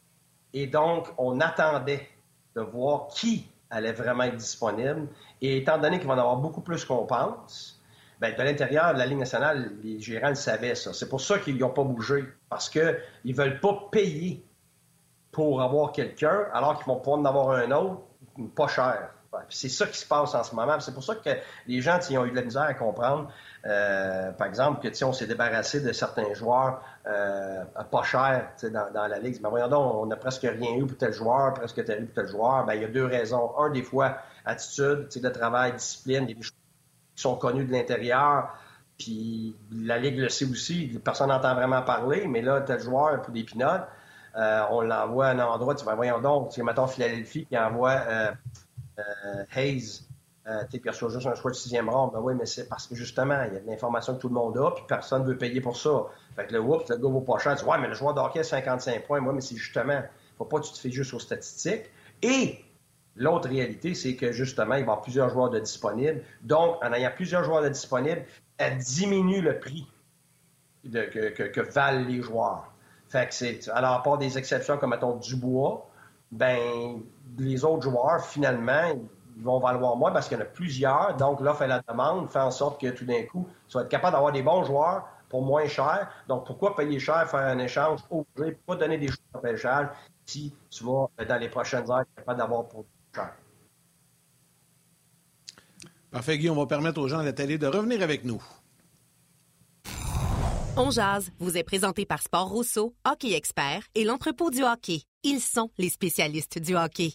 S4: Et donc, on attendait de voir qui allait vraiment être disponible. Et étant donné qu'il va en avoir beaucoup plus qu'on pense, bien, de l'intérieur de la Ligue nationale, les gérants le savaient, ça. C'est pour ça qu'ils n'ont pas bougé. Parce qu'ils ne veulent pas payer pour avoir quelqu'un, alors qu'ils vont pouvoir en avoir un autre, pas cher. C'est ça qui se passe en ce moment. C'est pour ça que les gens ont eu de la misère à comprendre, euh, par exemple, que on s'est débarrassé de certains joueurs euh, pas chers dans, dans la Ligue. Mais voyons donc, on n'a presque rien eu pour tel joueur, presque rien eu pour tel joueur. Bien, il y a deux raisons. Un, des fois, attitude, de travail, discipline, des choses qui sont connues de l'intérieur. Puis la Ligue le sait aussi. Personne n'entend vraiment parler, mais là, tel joueur, pour des pinottes, euh, on l'envoie à un endroit. Tu vas, voyons donc, mettons Philadelphie qui envoie euh, euh, Hayes, euh, puis il reçoit juste un choix de sixième ronde. Ben oui, mais c'est parce que justement, il y a de l'information que tout le monde a, puis personne ne veut payer pour ça. Fait que le whoops, le gars vaut pas cher. Tu dis, ouais, mais le joueur de hockey a cinquante-cinq points. Moi, mais c'est justement, faut pas que tu te fais juste aux statistiques. Et l'autre réalité, c'est que justement, il va y avoir plusieurs joueurs de disponibles. Donc, en ayant plusieurs joueurs de disponibles, elle diminue le prix de, que, que, que valent les joueurs. Fait que c'est, alors, à part des exceptions comme, mettons, Dubois, ben, les autres joueurs, finalement, ils vont valoir moins parce qu'il y en a plusieurs. Donc, l'offre et la demande fait en sorte que tout d'un coup, tu vas être capable d'avoir des bons joueurs pour moins cher. Donc, pourquoi payer cher, faire un échange, ouvrir, pas donner des choix de repêchage si tu vas, dans les prochaines heures, être capable d'avoir pour cher?
S2: Parfait, Guy, on va permettre aux gens à la télé de revenir avec nous.
S1: On jase vous est présenté par Sport Rousseau, hockey expert et l'entrepôt du hockey. Ils sont les spécialistes du hockey.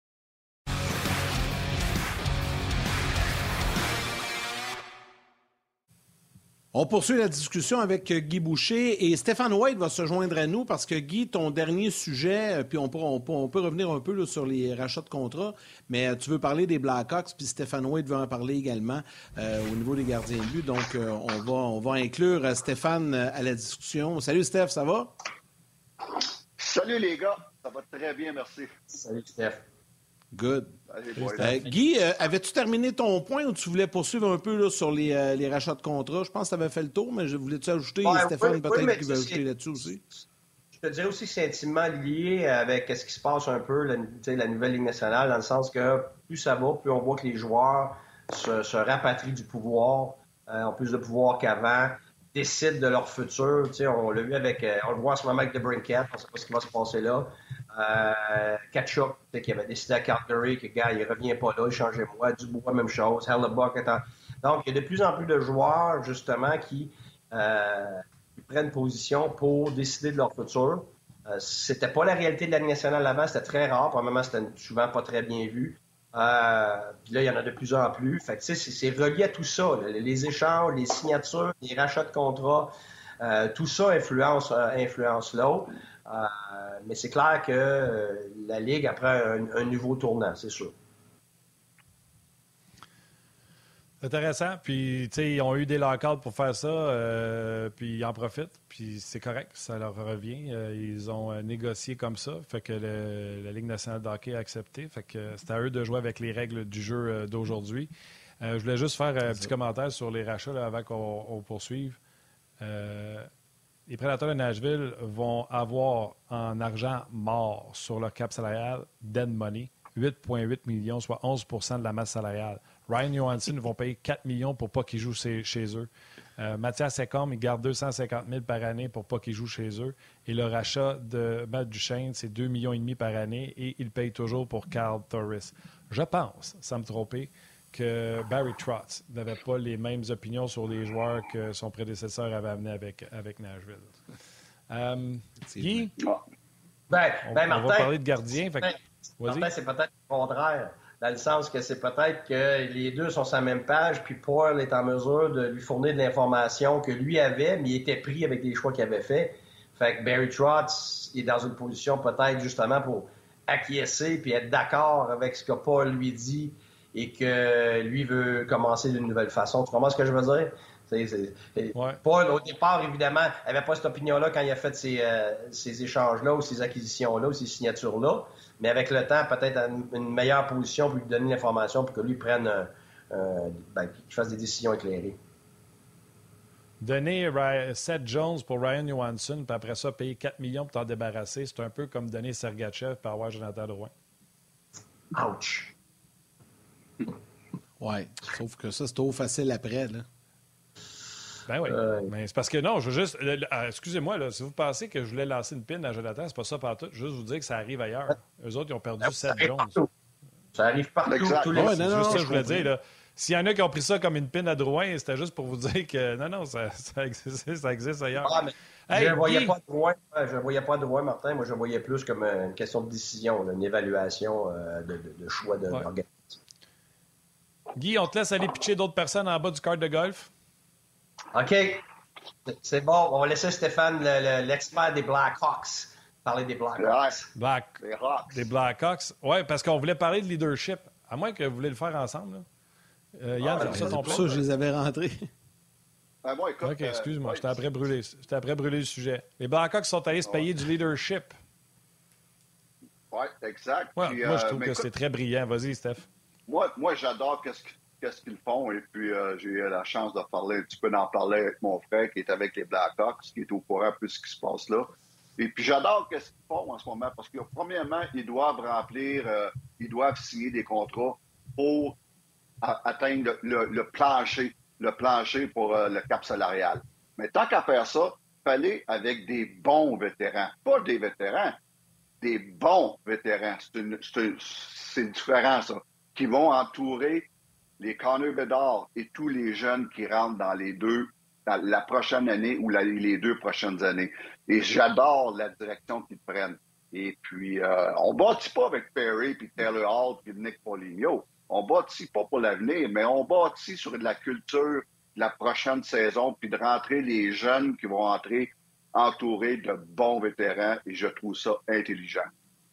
S2: On poursuit la discussion avec Guy Boucher et Stéphane White va se joindre à nous parce que Guy, ton dernier sujet, puis on peut, on peut, on peut revenir un peu là, sur les rachats de contrats, mais tu veux parler des Blackhawks, puis Stéphane White veut en parler également euh, au niveau des gardiens de but. Donc, euh, on, va, on va inclure Stéphane à la discussion. Salut Steph, ça va?
S5: Salut les gars, ça va très bien, merci.
S4: Salut Steph.
S2: Good.
S5: Allez,
S2: euh, Guy, euh, avais-tu terminé ton point ou tu voulais poursuivre un peu là, sur les, euh, les rachats de contrats? Je pense que tu avais fait le tour, mais je voulais-tu ajouter,
S4: ouais,
S2: Stéphane,
S4: oui,
S2: peut-être
S4: oui,
S2: qui veut ajouter là-dessus aussi?
S4: Je te dirais aussi que c'est intimement lié avec ce qui se passe un peu, la, la nouvelle Ligue nationale, dans le sens que plus ça va, plus on voit que les joueurs se, se rapatrient du pouvoir, euh, ont plus de pouvoir qu'avant, décident de leur futur. Tu sais, on l'a vu avec, euh, on le voit en ce moment avec DeBrincat, on ne sait pas ce qui va se passer là. Euh, Tkachuk, qui avait décidé à Calgary que, gars, il revient pas là, il changeait moi. Dubois, même chose. Hellebuck étant... Donc, il y a de plus en plus de joueurs, justement, qui, euh, qui prennent position pour décider de leur futur. Euh, c'était pas la réalité de la Ligue nationale avant, c'était très rare. Probablement, c'était souvent pas très bien vu. Euh, puis là, il y en a de plus en plus. Fait que, tu sais, c'est, c'est relié à tout ça. Là. Les échanges, les signatures, les rachats de contrats, euh, tout ça influence, euh, influence l'autre. Euh, mais c'est clair que euh, la Ligue apprend un, un nouveau tournant, c'est sûr.
S3: Intéressant. Puis, tu sais, ils ont eu des lockouts pour faire ça, euh, puis ils en profitent. Puis c'est correct, ça leur revient. Euh, ils ont euh, négocié comme ça. Fait que le, la Ligue nationale de hockey a accepté. Fait que euh, c'est à eux de jouer avec les règles du jeu euh, d'aujourd'hui. Euh, je voulais juste faire un petit commentaire sur les rachats là, avant qu'on on poursuive. Euh, les Prédateurs de Nashville vont avoir en argent mort sur leur cap salarial dead money, huit virgule huit millions, soit onze pour cent de la masse salariale. Ryan Johansson vont payer quatre millions pour pas qu'il joue chez, chez eux. Euh, Mathias Ekholm, il garde deux cent cinquante mille par année pour pas qu'il joue chez eux. Et le rachat de Matt Duchesne, c'est deux virgule cinq millions par année et il paye toujours pour Carl Torres. Je pense, sans me tromper, que Barry Trotz n'avait pas les mêmes opinions sur les joueurs que son prédécesseur avait amené avec, avec Nashville. Euh, Guy,
S4: ben,
S3: on,
S4: ben,
S3: on
S4: Martin,
S3: va parler de gardien. Fait que,
S4: Martin, c'est peut-être le contraire, dans le sens que c'est peut-être que les deux sont sur la même page, puis Paul est en mesure de lui fournir de l'information que lui avait, mais il était pris avec les choix qu'il avait fait. Fait que Barry Trotz est dans une position peut-être justement pour acquiescer puis être d'accord avec ce que Paul lui dit et que lui veut commencer d'une nouvelle façon. Tu comprends ce que je veux dire? C'est, c'est...
S3: Ouais.
S4: Paul, au départ, évidemment, n'avait pas cette opinion-là quand il a fait ces, euh, ces échanges-là ou ces acquisitions-là ou ces signatures-là. Mais avec le temps, peut-être une, une meilleure position pour lui donner l'information pour que lui prenne, euh, euh, ben, qu'il fasse des décisions éclairées.
S3: Donner Seth Jones pour Ryan Johansson, puis après ça, payer quatre millions pour t'en débarrasser, c'est un peu comme donner Sergachev pour avoir Jonathan Drouin.
S4: Ouch!
S2: Oui, sauf que ça, c'est trop facile après, là.
S3: Ben oui,
S4: euh...
S3: mais c'est parce que non, je veux juste... Le, le, euh, excusez-moi, là, si vous pensez que je voulais lancer une pine à Jonathan, c'est pas ça partout. Je veux juste vous dire que ça arrive ailleurs. Eux autres, ils ont perdu
S4: ça
S3: Seth Jones.
S4: Partout. Ça arrive partout.
S5: Exact.
S4: Tous les...
S2: Ouais,
S3: C'est
S2: non,
S3: juste
S2: non,
S3: ça que
S2: je
S3: je voulais
S2: comprends.
S3: dire. Là. S'il y en a qui ont pris ça comme une pine à Drouin, c'était juste pour vous dire que non, non, ça, ça, existe, ça existe ailleurs.
S4: Ah, mais
S3: hey,
S4: je ne voyais
S3: Guy...
S4: pas de Drouin, je voyais pas de Drouin, Martin. Moi, je voyais plus comme une question de décision, là, une évaluation euh, de, de, de choix de
S3: Ouais.
S4: l'organisation.
S3: Guy, on te laisse aller pitcher d'autres personnes en bas du cart de golf.
S4: OK. C'est bon. On va laisser Stéphane, le, le, l'expert des Blackhawks, parler des Blackhawks.
S3: Black...
S5: Les Hawks.
S3: Des Blackhawks. Oui, parce qu'on voulait parler de leadership. À moins que vous voulez le faire ensemble. Là. Euh, Yann,
S4: Ah,
S3: c'est pour ça
S2: C'est
S3: ton
S2: pour
S3: plan?
S2: ça que je les avais rentrés.
S5: Ben, moi, écoute,
S3: OK, excuse-moi,
S5: euh,
S3: j'étais après brûlé. J'étais après brûler le sujet. Les Blackhawks sont allés se payer du leadership.
S5: Oui, exact.
S3: Ouais,
S5: Puis,
S3: moi, je
S5: euh,
S3: trouve
S5: mais
S3: que
S5: écoute,
S3: c'est très brillant. Vas-y, Steph.
S5: Moi, moi j'adore qu'est-ce, qu'est-ce qu'ils font. Et puis, euh, j'ai eu la chance de parler un petit peu d'en parler avec mon frère qui est avec les Blackhawks, qui est au courant un peu de ce qui se passe là. Et puis, j'adore qu'est-ce qu'ils font en ce moment parce que, premièrement, ils doivent remplir, euh, ils doivent signer des contrats pour a- atteindre le, le, le plancher, le plancher pour euh, le cap salarial. Mais tant qu'à faire ça, il fallait avec des bons vétérans. Pas des vétérans, des bons vétérans. C'est, une, c'est, une, c'est différent, ça. Qui vont entourer les Connor Bedard et tous les jeunes qui rentrent dans les deux, dans la prochaine année ou la, les deux prochaines années. Et j'adore la direction qu'ils prennent. Et puis, euh, on bâtit pas avec Perry, puis Taylor Hall, puis Nick Foligno. On bâtit pas pour l'avenir, mais on bâtit sur de la culture de la prochaine saison, puis de rentrer les jeunes qui vont entrer entourés de bons vétérans, et je trouve ça intelligent.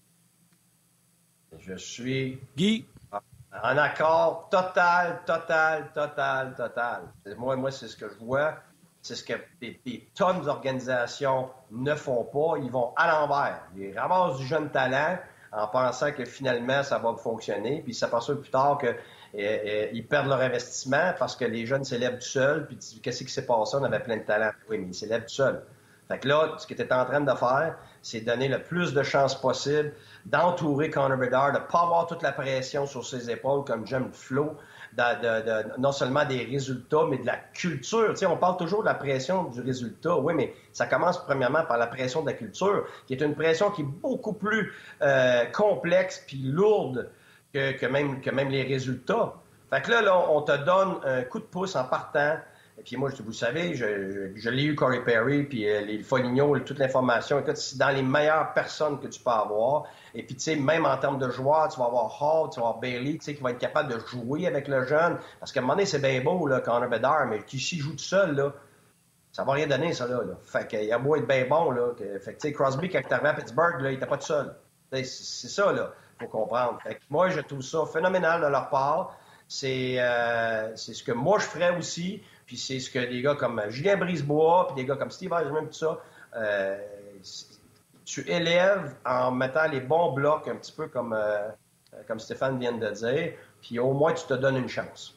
S4: Je suis
S2: Guy.
S4: en accord total, total, total, total. Moi, moi c'est ce que je vois. C'est ce que des, des tonnes d'organisations ne font pas. Ils vont à l'envers. Ils ramassent du jeune talent en pensant que finalement, ça va fonctionner. Puis ils s'aperçoivent plus tard qu'ils euh, euh, perdent leur investissement parce que les jeunes s'élèvent tout seuls. Puis qu'est-ce qui s'est passé? On avait plein de talent. Oui, mais ils s'élèvent tout seuls. Fait que là, ce que tu es en train de faire, c'est donner le plus de chances possible d'entourer Connor Bedard, de ne pas avoir toute la pression sur ses épaules comme j'aime Flo, de, de, de, non seulement des résultats, mais de la culture. Tu sais, on parle toujours de la pression du résultat. Oui, mais ça commence premièrement par la pression de la culture, qui est une pression qui est beaucoup plus euh, complexe puis lourde que, que, même, que même les résultats. Fait que là, là, on te donne un coup de pouce en partant. Et puis moi, vous savez, je, je, je l'ai eu, Corey Perry, puis euh, les Foligno, toute l'information. Écoute, c'est dans les meilleures personnes que tu peux avoir. Et puis, tu sais, même en termes de joueurs, tu vas avoir Hall, tu vas avoir Bailey, tu sais, qui va être capable de jouer avec le jeune. Parce qu'à un moment donné, c'est bien beau, là, Connor Bedard, mais qui s'y joue tout seul, là, ça va rien donner, ça, là. là. Fait qu'il a beau être bien bon, là. Que, fait que, tu sais, Crosby, quand il est arrivé à Pittsburgh, là, il était pas tout seul. C'est, c'est ça, là, faut comprendre. Fait que moi, je trouve ça phénoménal de leur part. C'est, euh, c'est ce que moi, je ferais aussi. Puis c'est ce que des gars comme Julien Brisebois, puis des gars comme Steve Eisenman, tout ça, euh, tu élèves en mettant les bons blocs, un petit peu comme, euh, comme Stéphane vient de dire, puis au moins tu te donnes une chance.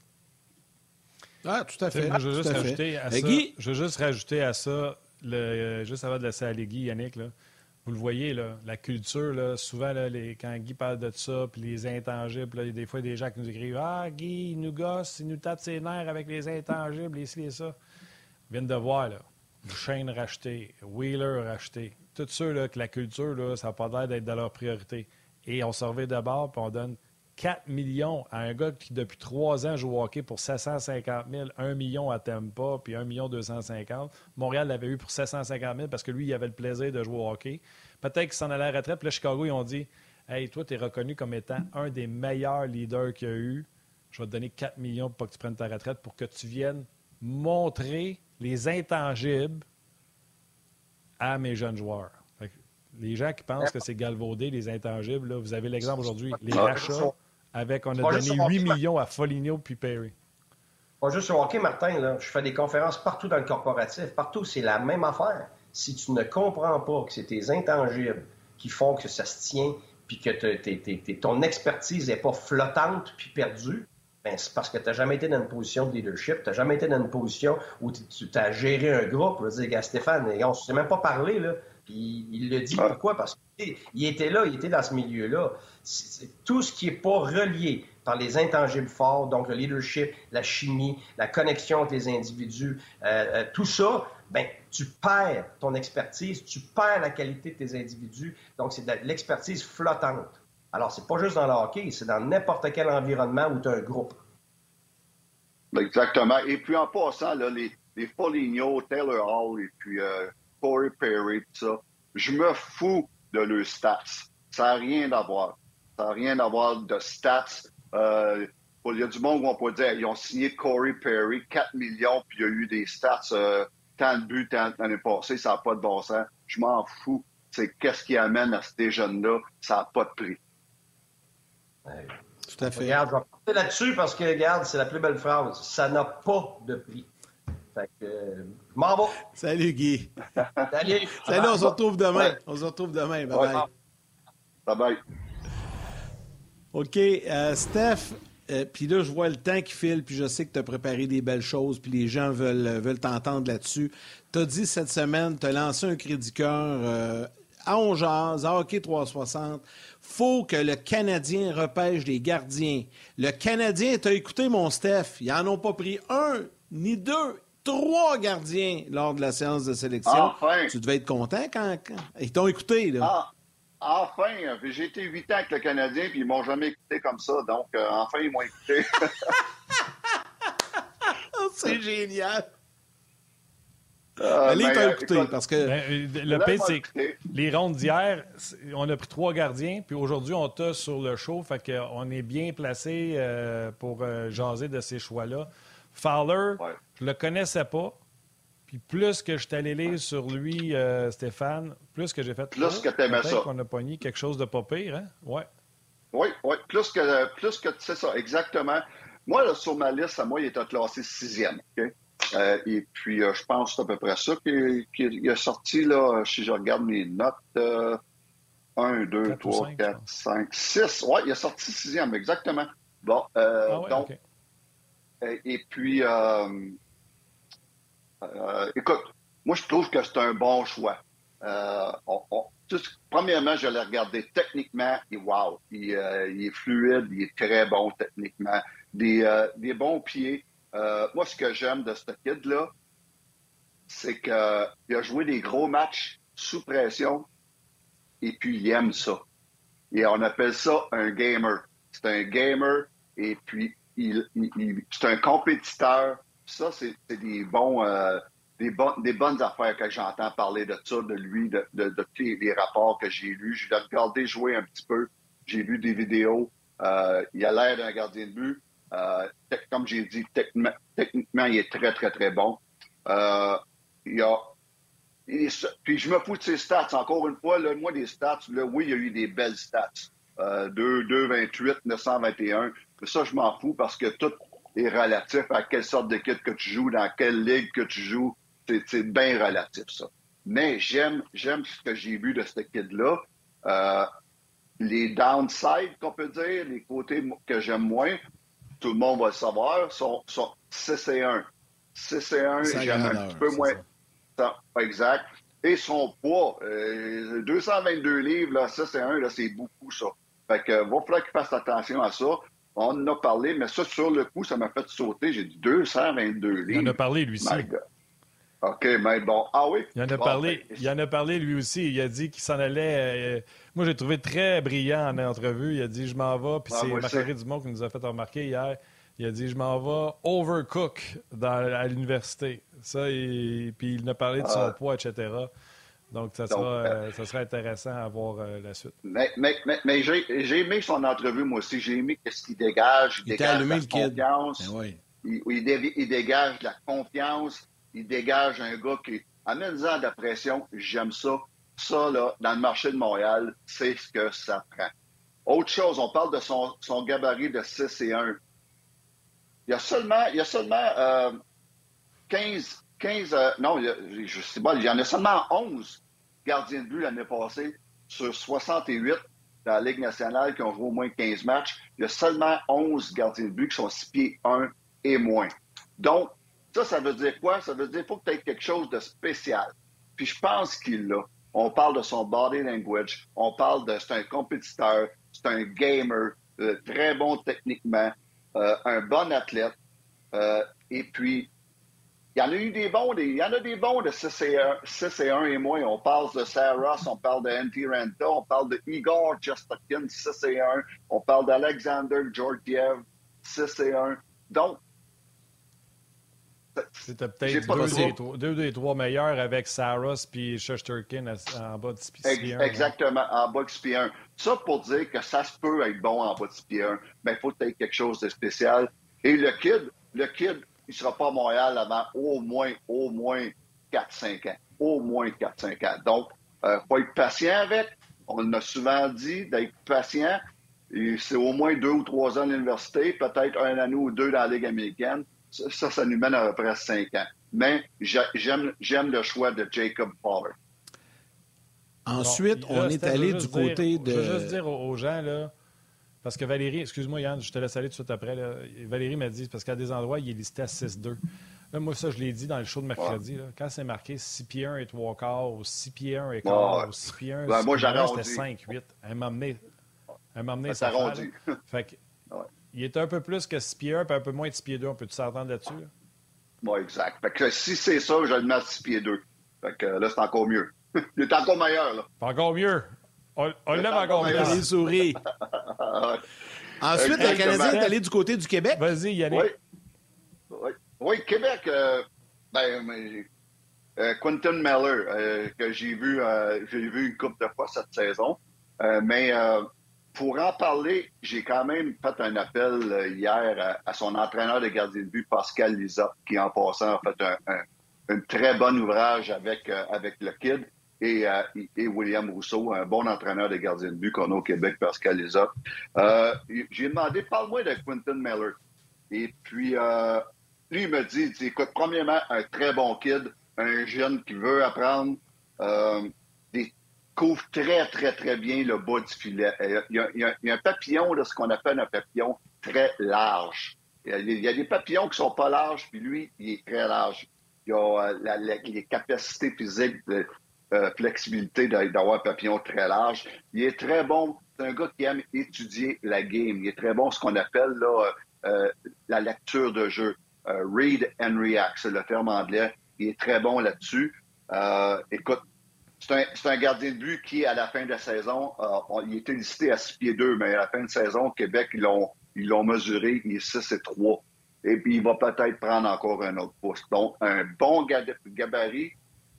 S2: Ah, tout à fait.
S3: Moi, je veux juste rajouter à ça,
S2: Guy...
S3: je veux juste rajouter à ça, le, euh, juste avant de laisser aller Guy, Yannick, là, vous le voyez, là, la culture, là, souvent, là, les, quand Guy parle de ça, puis les intangibles, là, des fois, il y a des gens qui nous écrivent « Ah, Guy, il nous gosse, il nous tape ses nerfs avec les intangibles, les ci, les ça. » Ils viennent de voir, là, Duchesne racheté, Wheeler racheté. Tout ça, là, que la culture, là, ça n'a pas l'air d'être dans leur priorité. Et on se revient de bord, puis on donne quatre millions à un gars qui, depuis trois ans, joue au hockey pour sept cent cinquante mille, un million à Tampa, puis un million deux cent cinquante. Montréal l'avait eu pour sept cent cinquante mille parce que lui, il avait le plaisir de jouer au hockey. Peut-être qu'il s'en allait à la retraite. Puis là, Chicago, ils ont dit « Hey, toi, tu es reconnu comme étant un des meilleurs leaders qu'il y a eu. Je vais te donner quatre millions pour pas que tu prennes ta retraite pour que tu viennes montrer les intangibles à mes jeunes joueurs. » Les gens qui pensent que c'est galvaudé, les intangibles, là, vous avez l'exemple aujourd'hui, les rachats, avec, on a donné huit millions à Foligno puis Perry.
S4: Pas juste au hockey, Martin, là. Je fais des conférences partout dans le corporatif. Partout, c'est la même affaire. Si tu ne comprends pas que c'est tes intangibles qui font que ça se tient puis que t'es, t'es, t'es, ton expertise n'est pas flottante puis perdue, ben c'est parce que tu n'as jamais été dans une position de leadership, tu n'as jamais été dans une position où tu as géré un groupe. Je veux dire, gars, Stéphane, on ne s'est même pas parlé, là. Puis il le dit. Pourquoi? Parce qu'il était là, il était dans ce milieu-là. C'est tout ce qui n'est pas relié par les intangibles forts, donc le leadership, la chimie, la connexion avec les individus, euh, euh, tout ça, ben tu perds ton expertise, tu perds la qualité de tes individus. Donc, c'est de l'expertise flottante. Alors, c'est pas juste dans le hockey, c'est dans n'importe quel environnement où tu as un groupe.
S5: Exactement. Et puis, en passant, là, les, les Foligno, Taylor Hall et puis euh, Corey Perry, tout ça, je me fous de leurs stats. Ça n'a rien à voir. Ça n'a rien à voir de stats. Euh, il y a du monde où on peut dire ils ont signé Corey Perry, quatre millions, puis il y a eu des stats, euh, tant de buts, tant l'année passée, ça n'a pas de bon sens. Je m'en fous. C'est qu'est-ce qui amène à ces jeunes-là, ça n'a pas de prix.
S4: Ouais.
S2: Tout à fait.
S4: Regarde, je vais partir là-dessus parce que, regarde, c'est la plus belle phrase. Ça n'a pas de prix. Fait que, euh, je m'en vais.
S2: Salut, Guy.
S4: Salut.
S2: Salut, on se retrouve demain. Ouais. On se retrouve demain. Bye-bye.
S5: Ouais. Bye-bye.
S2: OK. Euh, Steph, euh, puis là, je vois le temps qui file, puis je sais que tu as préparé des belles choses, puis les gens veulent, veulent t'entendre là-dessus. Tu as dit cette semaine, tu as lancé un cri du cœur euh, à On Jase, à Hockey trois cent soixante. Faut que le Canadien repêche des gardiens. Le Canadien, tu as écouté mon Steph, ils n'en ont pas pris un, ni deux, trois gardiens lors de la séance de sélection.
S5: Enfin.
S2: Tu devais être content quand, quand... Ils t'ont écouté, là.
S5: Ah. enfin, j'ai été huit ans avec le Canadien, puis ils m'ont jamais écouté comme ça. Donc, euh, enfin, ils m'ont écouté.
S2: C'est génial.
S5: Euh,
S2: Allez,
S5: mais,
S2: t'as
S5: euh,
S2: écouté,
S5: écoute,
S2: parce que...
S3: Ben, le
S5: là,
S3: pire,
S5: ils m'ont
S3: c'est
S5: écouté.
S3: que les rondes d'hier, c'est- on a pris trois gardiens, puis aujourd'hui, on t'a sur le show. Fait qu'on est bien placé euh, pour euh, jaser de ces choix-là. Fowler,
S5: Ouais.
S3: je le connaissais pas. Puis plus que je suis allé lire sur lui, euh, Stéphane, plus que j'ai fait...
S5: Plus
S3: oh,
S5: que t'aimais
S3: peut-être
S5: ça.
S3: qu'on a pogné quelque chose de pas pire, hein? Ouais.
S5: Oui, oui, plus que, plus que, c'est ça, exactement. Moi, là, sur ma liste, à moi, il était classé sixième. OK? Euh, et puis, euh, je pense que c'est à peu près ça qu'il qu'il a sorti, là, si je regarde mes notes, euh, un, deux,
S3: Quatre ou
S5: trois,
S3: cinq, je
S5: quatre,
S3: pense.
S5: cinq, six. Oui, il a sorti sixième, exactement. Bon, euh,
S3: Ah ouais,
S5: donc,
S3: OK.
S5: et, et puis, euh, euh, écoute, moi, je trouve que c'est un bon choix. Euh, on- on- tout ce- premièrement, je l'ai regardé techniquement et wow, il, euh, il est fluide, il est très bon techniquement. Des, euh, des bons pieds. Euh, moi, ce que j'aime de ce kid-là, c'est qu'il a joué des gros matchs sous pression et puis il aime ça. Et on appelle ça un gamer. C'est un gamer et puis il, il- il- c'est un compétiteur. Ça, c'est c'est des bons, euh, des, bon- des bonnes affaires que j'entends parler de ça, de lui, de, de, de tous les, les rapports que j'ai lus. Je l'ai regardé jouer un petit peu. J'ai vu des vidéos. Euh, il a l'air d'un gardien de but. Euh, te- comme j'ai dit, techniquement, techniquement, il est très, très, très bon. Euh, il a et ça- puis je me fous de ses stats. Encore une fois, là, moi, les stats, là, oui, il y a eu des belles stats. Euh, deux, deux, vingt-huit, neuf cent vingt et un. Mais ça, je m'en fous parce que tout est relatif à quelle sorte d'équipe que tu joues, dans quelle ligue que tu joues. C'est, c'est bien relatif, ça. Mais j'aime, j'aime ce que j'ai vu de ce kid-là. Euh, les downsides, qu'on peut dire, les côtés que j'aime moins, tout le monde va le savoir, sont, sont six et un. six et un,
S2: Sa
S5: j'aime un
S2: grandeur,
S5: petit peu
S2: c'est
S5: moins.
S2: ça.
S5: Ça, exact. Et son poids, euh, deux cent vingt-deux livres, là, ça, c'est un, là, c'est beaucoup, ça. Fait que, euh, va falloir qu'il fasse attention à ça. On en a parlé, mais ça, sur le coup, ça m'a fait sauter. J'ai dit deux cent vingt-deux livres.
S3: Il en a parlé, lui aussi.
S5: My God. OK, mais bon. Ah oui?
S3: Il en a
S5: Bon,
S3: parlé,
S5: ben,
S3: il en a parlé lui aussi. Il a dit qu'il s'en allait. euh, moi, j'ai trouvé très brillant en entrevue. Il a dit je m'en vais. Puis
S5: Ah,
S3: c'est
S5: moi aussi.
S3: Marc-André Dumont qui nous a fait remarquer hier. Il a dit je m'en vais overcook dans, à l'université. Ça, et, puis il a parlé de son
S5: Ah.
S3: poids, et cetera. Donc, ça
S5: Donc,
S3: sera,
S5: euh,
S3: euh, ça sera intéressant à voir euh, la suite.
S5: Mais, mais, mais, mais j'ai, j'ai aimé son entrevue, moi aussi. J'ai aimé ce qu'il dégage. Il,
S2: Il t'a
S5: dégage
S2: allumé
S5: la
S2: le kid.
S5: confiance.
S2: Ben oui.
S5: Il, il, dé- il dégage de la confiance. Il dégage un gars qui, en mettant de la pression, j'aime ça. Ça, là, dans le marché de Montréal, c'est ce que ça prend. Autre chose, on parle de son, son gabarit de six et un. Il y a seulement, il y a seulement euh, quinze, quinze euh, non, il y a, je sais pas, il y en a seulement onze gardiens de but l'année passée sur soixante-huit dans la Ligue nationale qui ont joué au moins quinze matchs. Il y a seulement onze gardiens de but qui sont six pieds un et moins. Donc, ça, ça veut dire quoi? Ça veut dire qu'il faut que tu aies quelque chose de spécial. Puis je pense qu'il l'a. On parle de son body language. On parle de... C'est un compétiteur. C'est un gamer. Euh, très bon techniquement. Euh, un bon athlète. Euh, et puis, il y en a eu des bons. Des, il y en a des bons de six et un et moins. On parle de Saros. On parle de Antti Ranta. On parle de Igor Shesterkin, six et un. On parle d'Alexander Georgiev, six et un. Donc,
S3: C'était peut-être
S5: j'ai pas
S3: deux,
S5: de
S3: des,
S5: trouble.
S3: trois- deux des trois meilleurs avec Saros puis Shesterkin à- en bas de six pieds
S5: Ex-
S3: un.
S5: Exactement, en bas de six pieds un. Ça pour dire que ça se peut être bon en bas de six pieds un, mais il faut que tu aies quelque chose de spécial. Et le kid, le kid, il sera pas à Montréal avant au moins, au moins quatre cinq ans. Au moins quatre cinq ans. Donc, il euh, faut être patient avec. On a souvent dit d'être patient. Et c'est au moins deux ou trois ans à l'université, peut-être un an ou deux dans la Ligue américaine. Ça, ça, ça nous mène à peu près cinq ans. Mais j'a- j'aime, j'aime le choix de Jacob Fowler.
S2: Ensuite,
S3: Bon, là,
S2: on est
S3: Steph, je
S2: allé
S3: veux
S2: du
S3: juste dire-
S2: côté de...
S3: Je veux juste dire aux, aux gens, là, parce que Valérie, excuse-moi Yann, je te laisse aller tout de suite après. Là. Valérie m'a dit, parce qu'à des endroits, il est listé à six deux. Là, moi, ça, je l'ai dit dans le show de mercredi.
S5: Ouais.
S3: Là, quand c'est marqué six pieds un et trois quarts, ou six pieds un et quart,
S5: Ouais.
S3: ou six pieds un,
S5: Ben,
S3: six
S5: moi,
S3: pieds un,
S5: j'arrondis.
S3: c'était cinq huit. Elle m'a amené, elle m'a amené
S5: Ça
S3: sa femme.
S5: arrondit.
S3: Fait que,
S5: Ouais.
S3: il est un peu plus que six pieds un, puis un peu moins de six pieds deux. On peut-tu s'entendre là-dessus? Là?
S5: Oui, exact. Fait que si c'est ça, je le mets à six pieds deux. Fait que là, c'est encore mieux. Il est encore meilleur, là.
S3: Pas encore mieux. On, on lève encore
S2: On
S3: plus.
S2: les souris. Ensuite, le Canadien est allé du côté du Québec.
S3: Vas-y, Yannick.
S5: Oui, oui. oui Québec, euh, ben, euh, Quentin Miller, euh, que j'ai vu, euh, j'ai vu une couple de fois cette saison. Euh, mais euh, pour en parler, j'ai quand même fait un appel euh, hier à, à son entraîneur de gardien de but, Pascal Lizotte, qui en passant a fait un, un, un très bon ouvrage avec, euh, avec le Kid. Et, euh, et William Rousseau, un bon entraîneur de gardien de but qu'on a au Québec, Pascal Lizotte. Euh, j'ai demandé, parle-moi de Quentin Miller. Et puis, euh, lui, il me dit, il dit, écoute, premièrement, un très bon kid, un jeune qui veut apprendre, euh, des, couvre très, très, très bien le bas du filet. Il y a, il y a, il y a un papillon, là, ce qu'on appelle un papillon très large. Il y a, il y a des papillons qui sont pas larges, puis lui, il est très large. Il a euh, la, la, les capacités physiques de Euh, flexibilité d'avoir un papillon très large. Il est très bon. C'est un gars qui aime étudier la game. Il est très bon, ce qu'on appelle là, euh, la lecture de jeu. Euh, read and react, c'est le terme anglais. Il est très bon là-dessus. Euh, écoute, c'est un, c'est un gardien de but qui, à la fin de la saison, euh, on, il était listé à six pieds deux, mais à la fin de saison, au Québec, ils l'ont, ils l'ont mesuré, il est six et trois. Et puis, il va peut-être prendre encore un autre pouce. Donc, un bon gab- gabarit.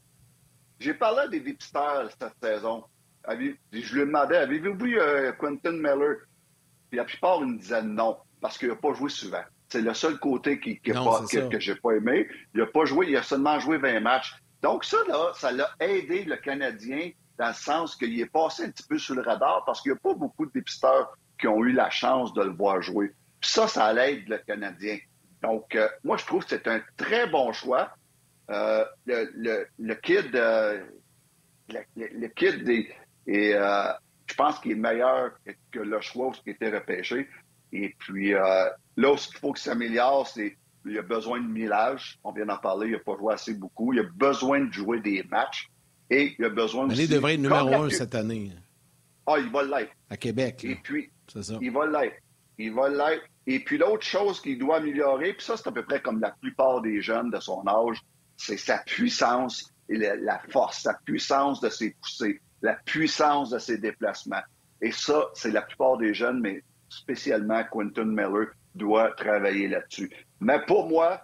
S5: J'ai parlé à des dépisteurs cette saison. Avez, je lui ai demandé, avez-vous vu euh, Quentin Miller? Puis la plupart, ils me disaient non, parce qu'il n'a pas joué souvent. C'est le seul côté qui, qui non, pas, que, que j'ai pas aimé. Il n'a pas joué, il a seulement joué vingt matchs. Donc ça, là, ça l'a aidé le Canadien dans le sens qu'il est passé un petit peu sous le radar parce qu'il n'y a pas beaucoup de dépisteurs qui ont eu la chance de le voir jouer. Puis ça, ça l'aide le Canadien. Donc, euh, moi, je trouve que c'est un très bon choix. Euh, le, le, le kid, euh, le, le kid est, est euh, je pense qu'il est meilleur que le choix qui a été repêché. Et puis euh, là, ce qu'il faut qu'il s'améliore, c'est qu'il a besoin de millage. On vient d'en parler, il n'a pas joué assez beaucoup. Il a besoin de jouer des matchs. Et il a besoin aussi...
S2: Il devrait être numéro un cette année.
S5: Ah, il va l'être.
S2: À Québec. Là.
S5: Et puis,
S2: c'est ça.
S5: il va l'être. Il va l'être. Et puis l'autre chose qu'il doit améliorer, puis ça, c'est à peu près comme la plupart des jeunes de son âge, c'est sa puissance et la, la force, sa puissance de ses poussées, la puissance de ses déplacements. Et ça, c'est la plupart des jeunes, mais spécialement Quentin Miller doit travailler là-dessus. Mais pour moi,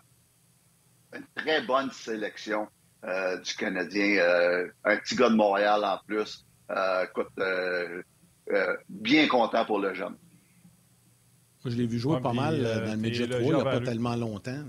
S5: une très bonne sélection euh, du Canadien. Euh, un petit gars de Montréal en plus. Euh, écoute, euh, euh, bien content pour le jeune.
S2: Moi, je l'ai vu jouer ouais, pas puis, mal euh, dans le Midget trois, il n'y a pas tellement longtemps.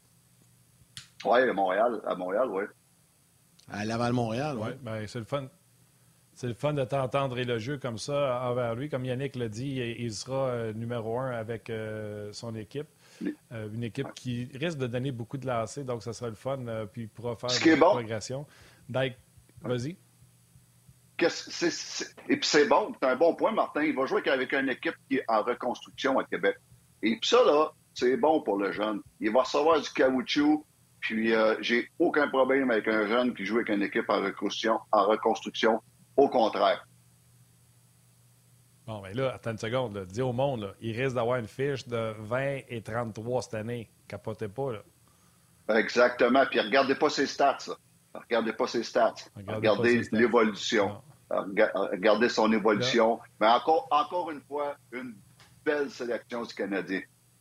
S5: Oui, à Montréal, à Montréal, oui.
S2: À Laval-Montréal, oui.
S3: Ouais, ben, c'est le fun. C'est le fun de t'entendre élogieux comme ça envers lui. Comme Yannick l'a dit, il sera euh, numéro un avec euh, son équipe. Euh, une équipe qui risque de donner beaucoup de lancers, donc ça sera le fun. Euh, puis il pourra faire
S5: des
S3: bon. progressions. Donc, vas-y.
S5: C'est, c'est... Et puis c'est bon, c'est un bon point, Martin. Il va jouer avec une équipe qui est en reconstruction à Québec. Et puis ça, là, c'est bon pour le jeune. Il va recevoir du caoutchouc. Puis euh, j'ai aucun problème avec un jeune qui joue avec une équipe en reconstruction. En reconstruction. Au contraire.
S3: Bon, mais là, attends une seconde. Là. Dis au monde, là, il risque d'avoir une fiche de vingt et trente-trois cette année. Capotez pas, là.
S5: Exactement. Puis regardez pas ses stats, là. Regardez pas ses stats. Regardez, regardez stats. l'évolution. Regardez son évolution. Là. Mais encore, encore une fois, une belle sélection du Canadien.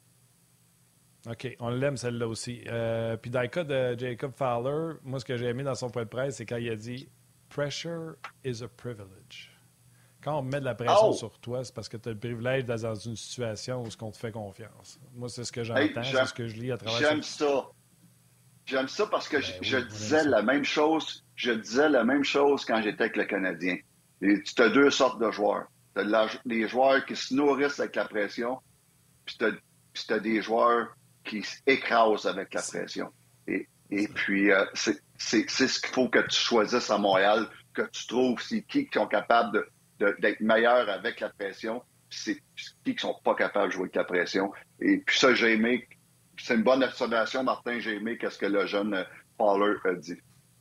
S3: OK, on l'aime celle-là aussi. Euh, puis dans le cas de Jacob Fowler, moi, ce que j'ai aimé dans son point de presse, c'est quand il a dit « Pressure is a privilege ». Quand on met de la pression oh! sur toi, c'est parce que tu as le privilège d'être dans une situation où on te fait confiance. Moi, c'est ce que j'entends, hey, c'est ce que je lis à travers
S5: J'aime ça. ça. J'aime ça parce que ben, je, oui, je disais la même chose. Je disais la même chose quand j'étais avec le Canadien. Et tu as deux sortes de joueurs. Tu as des joueurs qui se nourrissent avec la pression, puis tu as des joueurs qui s'écrasent avec la pression. Et, et puis, euh, c'est, c'est, c'est ce qu'il faut que tu choisisses à Montréal, que tu trouves c'est qui qui sont capables de, de, d'être meilleurs avec la pression, puis c'est qui qui sont pas capables de jouer avec la pression. Et puis ça, j'ai aimé. C'est une bonne observation, Martin. J'ai aimé qu'est-ce que le jeune Fowler a dit.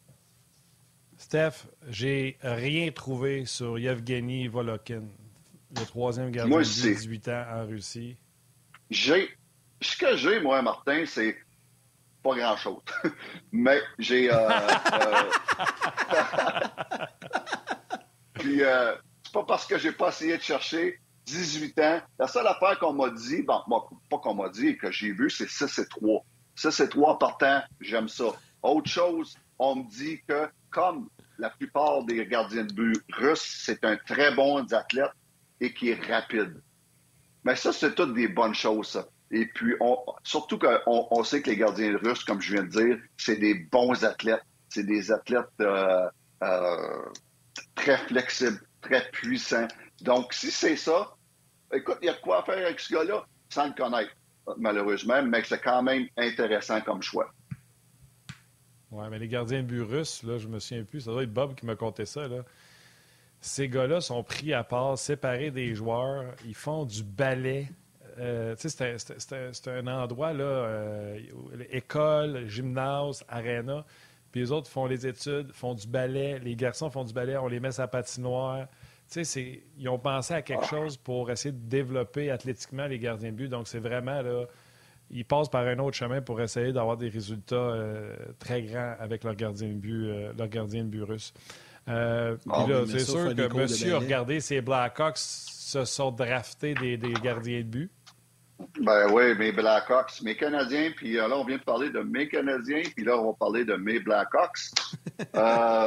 S3: Steph, j'ai rien trouvé sur Yevgeny Volokin, le troisième gardien de dix-huit ans en Russie.
S5: J'ai... Ce que j'ai, moi, Martin, c'est pas grand-chose. Mais j'ai... Euh, euh... Puis, euh, pas parce que j'ai pas essayé de chercher dix-huit ans. La seule affaire qu'on m'a dit, bon, moi, pas qu'on m'a dit, que j'ai vu, c'est six et trois. six et trois partant, j'aime ça. Autre chose, on me dit que, comme la plupart des gardiens de but russes, c'est un très bon athlète et qui est rapide. Mais ça, c'est toutes des bonnes choses, ça. Et puis, on, surtout qu'on on sait que les gardiens russes, comme je viens de dire, c'est des bons athlètes. C'est des athlètes euh, euh, très flexibles, très puissants. Donc, si c'est ça, écoute, il y a de quoi faire avec ce gars-là, sans le connaître, malheureusement, mais c'est quand même intéressant comme choix.
S3: Oui, mais les gardiens de but russes, là, je me souviens plus, ça doit être Bob qui m'a conté ça, là. Ces gars-là sont pris à part, séparés des joueurs, ils font du ballet. Euh, tu sais, c'est, c'est, c'est un endroit, là, euh, école, gymnase, aréna, puis les autres font les études, font du ballet, les garçons font du ballet, on les met sur la patinoire. Tu sais, ils ont pensé à quelque chose pour essayer de développer athlétiquement les gardiens de but. Donc, c'est vraiment, là, ils passent par un autre chemin pour essayer d'avoir des résultats euh, très grands avec leur gardien de but, euh, leur gardien de but russe. Euh,
S2: oh,
S3: là, c'est sûr que monsieur a regardé ces Blackhawks se sont draftés des, des gardiens de but.
S5: Ben oui, mes Blackhawks, mes Canadiens, puis euh, là, on vient de parler de mes Canadiens, puis là, on va parler de mes Blackhawks. euh,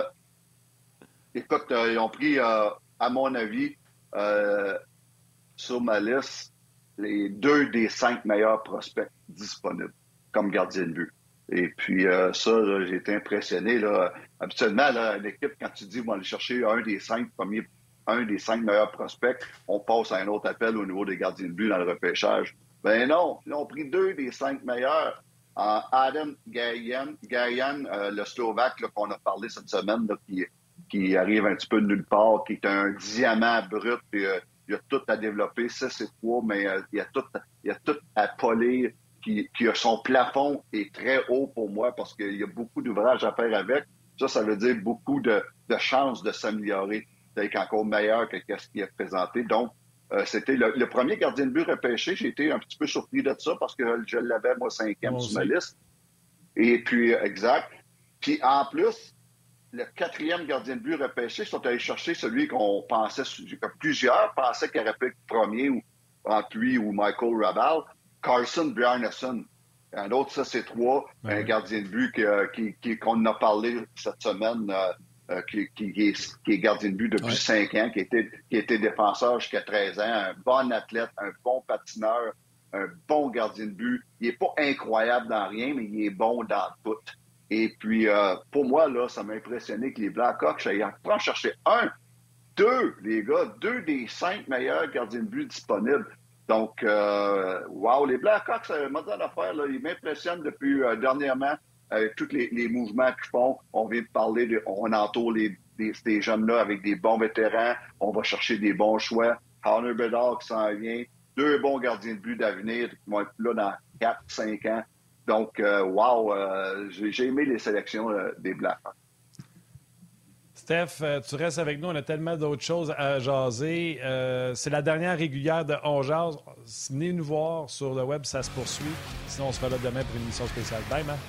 S5: écoute, euh, ils ont pris, euh, à mon avis, euh, sur ma liste, les deux des cinq meilleurs prospects disponibles comme gardien de but. Et puis euh, ça, là, j'ai été impressionné. Là. Habituellement, là, une équipe, quand tu dis, on va aller chercher un des cinq premiers, un des cinq meilleurs prospects, on passe à un autre appel au niveau des gardiens de but dans le repêchage. Ben non, ils ont pris deux des cinq meilleurs. Euh, Adam Gajan, Gajan euh, le Slovaque là, qu'on a parlé cette semaine, là, qui, qui arrive un petit peu de nulle part, qui est un diamant brut, puis euh, il a tout à développer, ça c'est trois, mais euh, il, a tout, il a tout à polir. Qui, qui a son plafond est très haut pour moi parce qu'il y a beaucoup d'ouvrages à faire avec. Ça, ça veut dire beaucoup de, de chances de s'améliorer, d'être encore meilleur que ce qui est présenté. Donc, euh, c'était le, le premier gardien de but repêché. J'ai été un petit peu surpris de ça parce que je l'avais, moi, cinquième bon, sur ma liste. Et puis, exact. Puis, en plus, le quatrième gardien de but repêché, ils sont allés chercher celui qu'on pensait, que plusieurs pensaient qu'il aurait pu être premier ou entre lui ou Michael Rabal. Carson Bjarnason. Un autre, ça, c'est trois. Ouais. Un gardien de but qui, qui, qu'on a parlé cette semaine, euh, qui, qui, est, qui est gardien de but depuis ouais. cinq ans, qui était, qui était défenseur jusqu'à treize ans, un bon athlète, un bon patineur, un bon gardien de but. Il n'est pas incroyable dans rien, mais il est bon dans tout. Et puis, euh, pour moi, là, ça m'a impressionné que les Blackhawks aient en chercher un, deux, les gars, deux des cinq meilleurs gardiens de but disponibles. Donc, euh, wow, les Blackhawks, euh, m'a dit l'affaire, là, ils m'impressionnent depuis euh, dernièrement avec euh, tous les, les mouvements qu'ils font. On vient de parler, de, on entoure les, les, ces jeunes-là avec des bons vétérans. On va chercher des bons choix. Connor Bedard qui s'en vient. Deux bons gardiens de but d'avenir qui vont être là dans quatre cinq ans. Donc, euh, wow, euh, j'ai, j'ai aimé les sélections euh, des Blackhawks.
S3: Steph, tu restes avec nous. On a tellement d'autres choses à jaser. Euh, c'est la dernière régulière de On Jase. Venez nous voir sur le web, ça se poursuit. Sinon, on sera là demain pour une émission spéciale. Bye, man.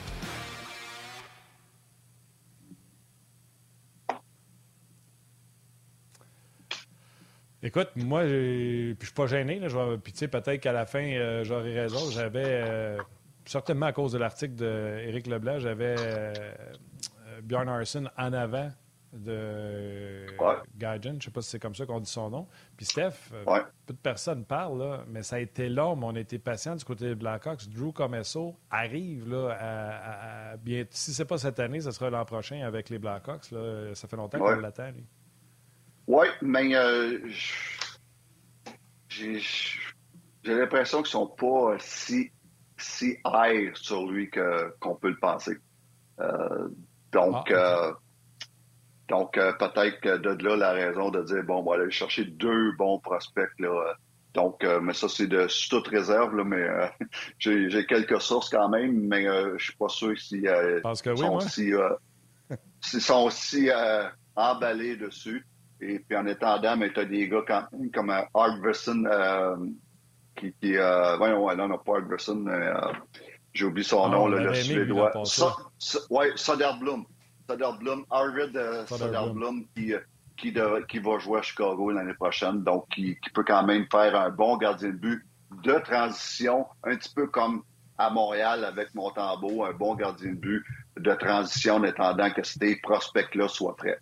S3: Écoute, moi, je ne suis pas gêné. Là. Je, puis, tu sais, peut-être qu'à la fin, euh, j'aurai raison. J'avais, euh, certainement à cause de l'article d'Éric Leblanc, j'avais euh, Bjarnason en avant de ouais. Gajan, je ne sais pas si c'est comme ça qu'on dit son nom. Puis Steph, ouais. peu de personnes parlent, là, mais ça a été long, mais on a été patient du côté des Blackhawks. Drew Commesso arrive là, à, à, à bien. Si ce n'est pas cette année, ce sera l'an prochain avec les Blackhawks. Là. Ça fait longtemps ouais. qu'on l'attend, lui.
S5: Oui, mais euh, j'ai, j'ai l'impression qu'ils ne sont pas si, si high sur lui que, qu'on peut le penser. Euh, donc, ah, okay. euh, Donc, euh, peut-être que de là, la raison de dire, bon, on va aller chercher deux bons prospects, là. Donc, euh, mais ça, c'est de sous toute réserve, là, mais euh, j'ai, j'ai quelques sources quand même, mais euh, je suis pas sûr si euh,
S3: que oui,
S5: sont
S3: moi.
S5: si, euh, s'ils sont aussi euh, emballés dessus. Et puis, en attendant, mais tu as des gars quand même comme euh, Arvidsson, euh, qui, qui euh, voyons, ouais, non, non, pas Arvidsson, mais euh, j'ai oublié son oh, nom, là, le Suédois. So, so, ouais, Soderblom. Soderblom, Arvid euh, Soderblom, qui, qui, de, qui va jouer à Chicago l'année prochaine, donc qui, qui peut quand même faire un bon gardien de but de transition, un petit peu comme à Montréal avec Montembeault, un bon gardien de but de transition en attendant que ces prospects-là soient prêts.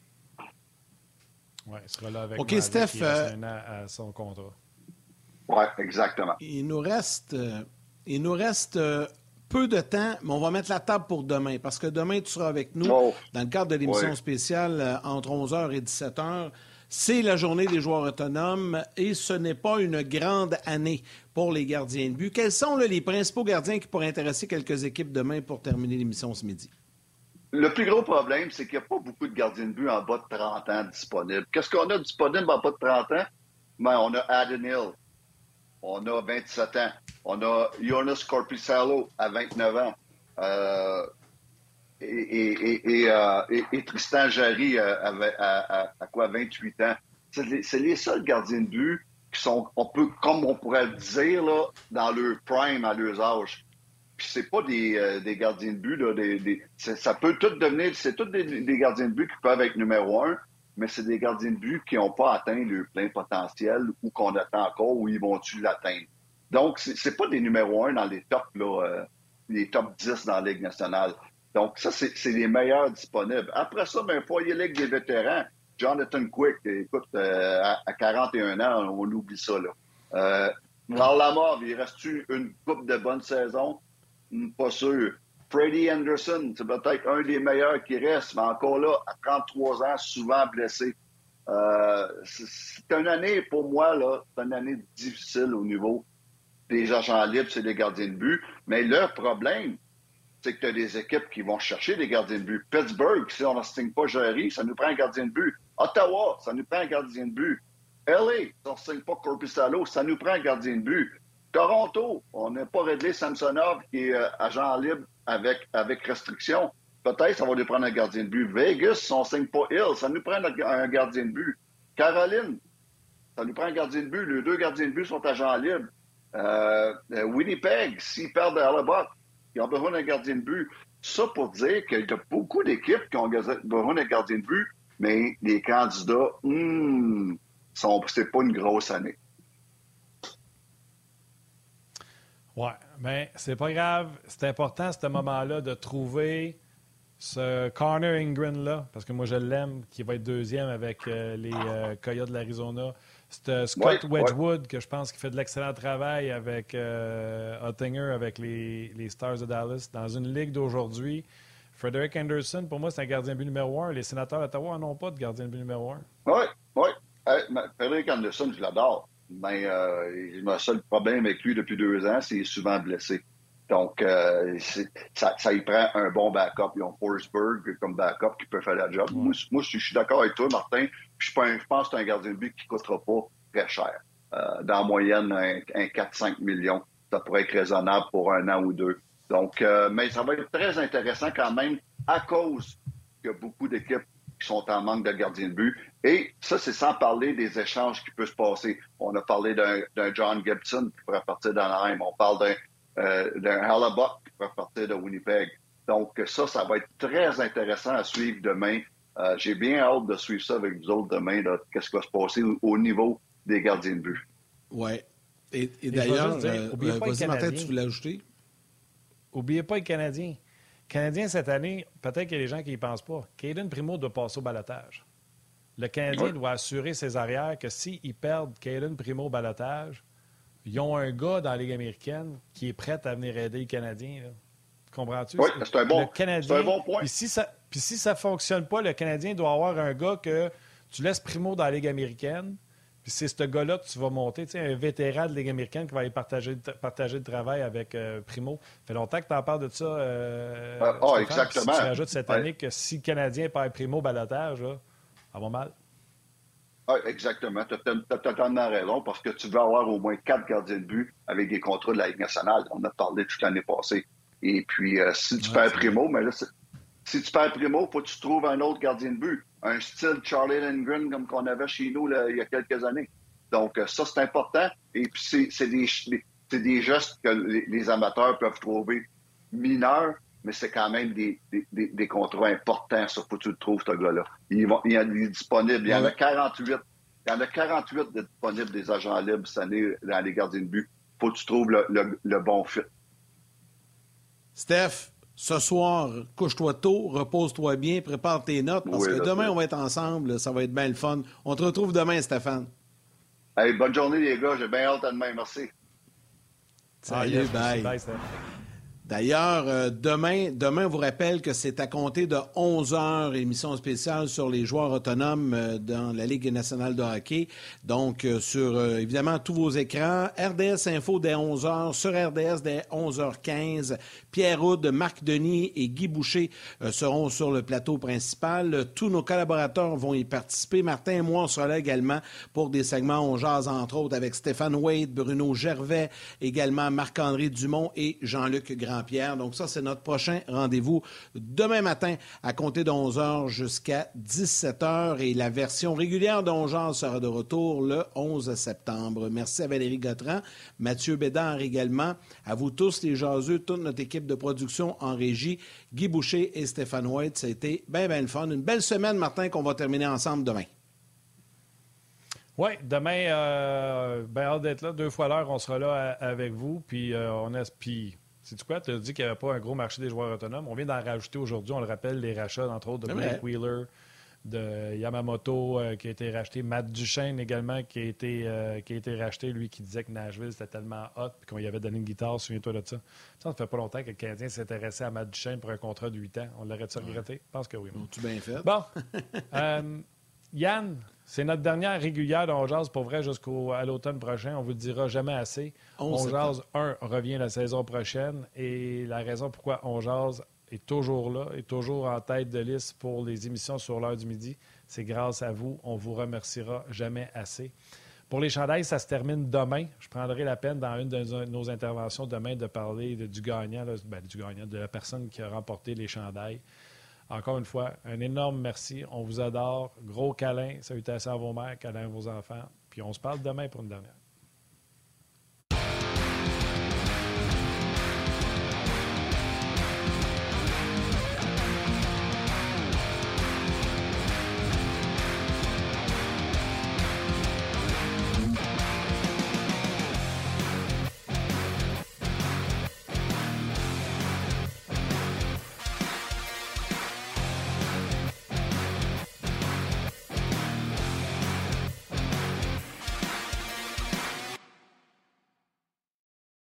S3: Oui, il sera là avec
S2: OK,
S3: Mavic,
S2: Steph,
S3: il reste un an à son contrat.
S5: Oui, exactement.
S2: Il nous reste, euh, il nous reste euh, peu de temps, mais on va mettre la table pour demain, parce que demain, tu seras avec nous
S5: Oh,
S2: dans le cadre de l'émission
S5: oui.
S2: spéciale euh, entre onze heures et dix-sept heures. C'est la journée des joueurs autonomes et ce n'est pas une grande année pour les gardiens de but. Quels sont là, les principaux gardiens qui pourraient intéresser quelques équipes demain pour terminer l'émission ce midi?
S5: Le plus gros problème, c'est qu'il n'y a pas beaucoup de gardiens de but en bas de trente ans disponibles. Qu'est-ce qu'on a disponible en bas de trente ans? Ben, on a Adin Hill. On a vingt-sept ans. On a Jonas Korpisalo à vingt-neuf ans. Euh, et, et, et, et, euh, et, et Tristan Jarry à, à, à, à quoi, vingt-huit ans. C'est les, c'est les seuls gardiens de but qui sont, on peut, comme on pourrait le dire, là, dans leur prime, à leurs âges. Puis c'est pas des, euh, des gardiens de but, là, des, des, ça peut tout devenir, c'est tous des, des gardiens de but qui peuvent être numéro un, mais c'est des gardiens de but qui n'ont pas atteint leur plein potentiel ou qu'on attend encore ou ils vont-tu l'atteindre. Donc, c'est, c'est pas des numéros un dans les tops, là, euh, les top dix dans la Ligue nationale. Donc, ça, c'est, c'est les meilleurs disponibles. Après ça, ben, foyer Ligue des vétérans, Jonathan Quick, écoute, euh, à, à quarante et un ans, on oublie ça, là. Euh, Varlamov, il reste-tu une coupe de bonne saison? Pas sûr. Freddie Anderson, c'est peut-être un des meilleurs qui reste, mais encore là, à trente-trois ans, souvent blessé. Euh, c'est, c'est une année, pour moi, là, c'est une année difficile au niveau des agents libres, c'est les gardiens de but. Mais le problème, c'est que tu as des équipes qui vont chercher des gardiens de but. Pittsburgh, si on ne signe pas Jarry, ça nous prend un gardien de but. Ottawa, ça nous prend un gardien de but. L A, si on ne signe pas Korpisalo, ça nous prend un gardien de but. Toronto, on n'a pas réglé Samsonov, qui est euh, agent libre avec, avec restriction. Peut-être ça va lui prendre un gardien de but. Vegas, si on ne signe pas Hill, ça nous prend un, un gardien de but. Caroline, ça nous prend un gardien de but. Les deux gardiens de but sont agents libres. Euh, euh, Winnipeg, s'ils perdent à Hellebuyck, ils ont besoin d'un gardien de but. Ça pour dire qu'il y a beaucoup d'équipes qui ont besoin d'un gardien de but, mais les candidats, hmm, sont, c'est pas une grosse année.
S3: Oui, mais c'est pas grave. C'est important, à ce moment-là, de trouver ce Connor Ingrid-là, parce que moi, je l'aime, qui va être deuxième avec euh, les euh, Coyotes de l'Arizona. C'est euh, Scott
S5: ouais,
S3: Wedgwood,
S5: ouais.
S3: que je pense qu'il fait de l'excellent travail avec euh, Ottinger, avec les, les Stars de Dallas. Dans une ligue d'aujourd'hui, Frederick Anderson, pour moi, c'est un gardien de but numéro un. Les Sénateurs d'Ottawa n'ont pas de gardien de but numéro un.
S5: Oui, oui. Hey, Frederick Anderson, je l'adore. Mais euh, le seul problème avec lui depuis deux ans, c'est qu'il est souvent blessé. Donc, euh, c'est, ça, ça y prend un bon backup. Ils ont Forsberg comme backup qui peut faire la job. Ouais. Moi, moi, je suis d'accord avec toi, Martin. Je, je pense que c'est un gardien de but qui ne coûtera pas très cher. Euh, dans la moyenne, un, un quatre à cinq millions. Ça pourrait être raisonnable pour un an ou deux. Donc, euh, mais ça va être très intéressant quand même à cause qu'il y a beaucoup d'équipes qui sont en manque de gardien de but. Et ça, c'est sans parler des échanges qui peuvent se passer. On a parlé d'un, d'un John Gibson qui pourrait partir d'Anaheim. On parle d'un, euh, d'un Hellebuyck qui pourrait partir de Winnipeg. Donc ça, ça va être très intéressant à suivre demain. Euh, j'ai bien hâte de suivre ça avec vous autres demain, là, qu'est-ce qui va se passer au, au niveau des gardiens de but.
S2: Oui. Et, et, et d'ailleurs, dire, euh, euh, vas-y, Martin, tu voulais ajouter?
S3: Oubliez pas les Canadiens. Canadien, cette année, peut-être qu'il y a des gens qui n'y pensent pas. Caden Primo doit passer au balotage. Le Canadien oui. doit assurer ses arrières que s'ils perdent Caden Primo au balotage, ils ont un gars dans la Ligue américaine qui est prêt à venir aider les Canadiens. Là. Comprends-tu?
S5: Oui, c'est un, bon,
S3: le Canadien,
S5: c'est un bon point.
S3: Puis si ça ne si fonctionne pas, le Canadien doit avoir un gars que tu laisses Primo dans la Ligue américaine, puis c'est ce gars-là que tu vas monter, tu sais, un vétéran de Ligue américaine qui va aller partager, partager le travail avec euh, Primo. Ça fait longtemps que tu en parles de ça. Euh,
S5: ah, oh, exactement.
S3: Si tu rajoutes cette année ouais. que si le Canadien perd Primo au balotage, là, ça va mal.
S5: Ah, exactement. Tu as totalement raison parce que tu veux avoir au moins quatre gardiens de but avec des contrats de la Ligue nationale. On a parlé toute l'année passée. Et puis, euh, si tu ouais, perds Primo, mais là, si tu perds Primo, il faut que tu trouves un autre gardien de but. Un style Charlie Lindgren comme qu'on avait chez nous là, il y a quelques années. Donc, euh, ça, c'est important. Et puis, c'est, c'est, des, c'est des gestes que les, les amateurs peuvent trouver mineurs, mais c'est quand même des, des, des, des contrats importants, ça, faut que tu le trouves, ce gars-là. Il, va, il est disponible. Il y en a quarante-huit. Il y en a quarante-huit de disponibles des agents libres cette année dans les gardiens de but. Faut que tu trouves le, le, le bon fit.
S2: Steph, ce soir, couche-toi tôt, repose-toi bien, prépare tes notes, parce
S5: oui,
S2: que demain,
S5: c'est...
S2: on va être ensemble. Ça va être bien le fun. On te retrouve demain, Stéphane.
S5: Hey, bonne journée, les gars. J'ai bien hâte à demain. Merci.
S2: Salut,
S3: ah, yes,
S2: bye.
S3: bye Steph.
S2: D'ailleurs, euh, demain, demain, on vous rappelle que c'est à compter de onze heures, émission spéciale sur les joueurs autonomes euh, dans la Ligue nationale de hockey. Donc, euh, sur, euh, évidemment, tous vos écrans. R D S Info dès onze heures, sur R D S dès onze heures quinze. Pierre Houd, Marc Denis et Guy Boucher euh, seront sur le plateau principal. Tous nos collaborateurs vont y participer. Martin et moi, on sera là également pour des segments On jase, entre autres, avec Stéphane Wade, Bruno Gervais, également Marc-André Dumont et Jean-Luc Grand Pierre. Donc ça, c'est notre prochain rendez-vous demain matin à compter de onze heures jusqu'à dix-sept heures. Et la version régulière d'On jase sera de retour le onze septembre. Merci à Valérie Gautran, Mathieu Bédard également, à vous tous les jaseux, toute notre équipe de production en régie, Guy Boucher et Stéphane White. Ça a été bien, bien le fun. Une belle semaine, Martin, qu'on va terminer ensemble demain.
S3: Oui, demain, euh, ben hâte d'être là. Deux fois l'heure, on sera là à, avec vous. Puis euh, on a... Puis, sais-tu quoi? Tu as dit qu'il n'y avait pas un gros marché des joueurs autonomes. On vient d'en rajouter aujourd'hui, on le rappelle, les rachats, entre autres, de Blake Wheeler, de Yamamoto euh, qui a été racheté, Matt Duchesne également qui a été, euh, qui a été racheté, lui qui disait que Nashville c'était tellement hot puis qu'on y avait donné une guitare, souviens-toi de ça. Ça ne fait pas longtemps que le Canadien s'intéressait à Matt Duchesne pour un contrat de huit ans. On l'aurait-tu regretté? Je pense que oui.
S2: Tu bien fait.
S3: Bon. euh, Yann, c'est notre dernière régulière d'On jase pour vrai jusqu'à l'automne prochain. On ne vous le dira jamais assez. On jase un revient la saison prochaine et la raison pourquoi On jase est toujours là, est toujours en tête de liste pour les émissions sur l'heure du midi. C'est grâce à vous. On vous remerciera jamais assez. Pour les chandails, ça se termine demain. Je prendrai la peine dans une de nos interventions demain de parler de, du gagnant, là, ben, du gagnant, de la personne qui a remporté les chandails. Encore une fois, un énorme merci. On vous adore. Gros câlin. Salutations à vos mères, câlin à vos enfants. Puis on se parle demain pour une dernière.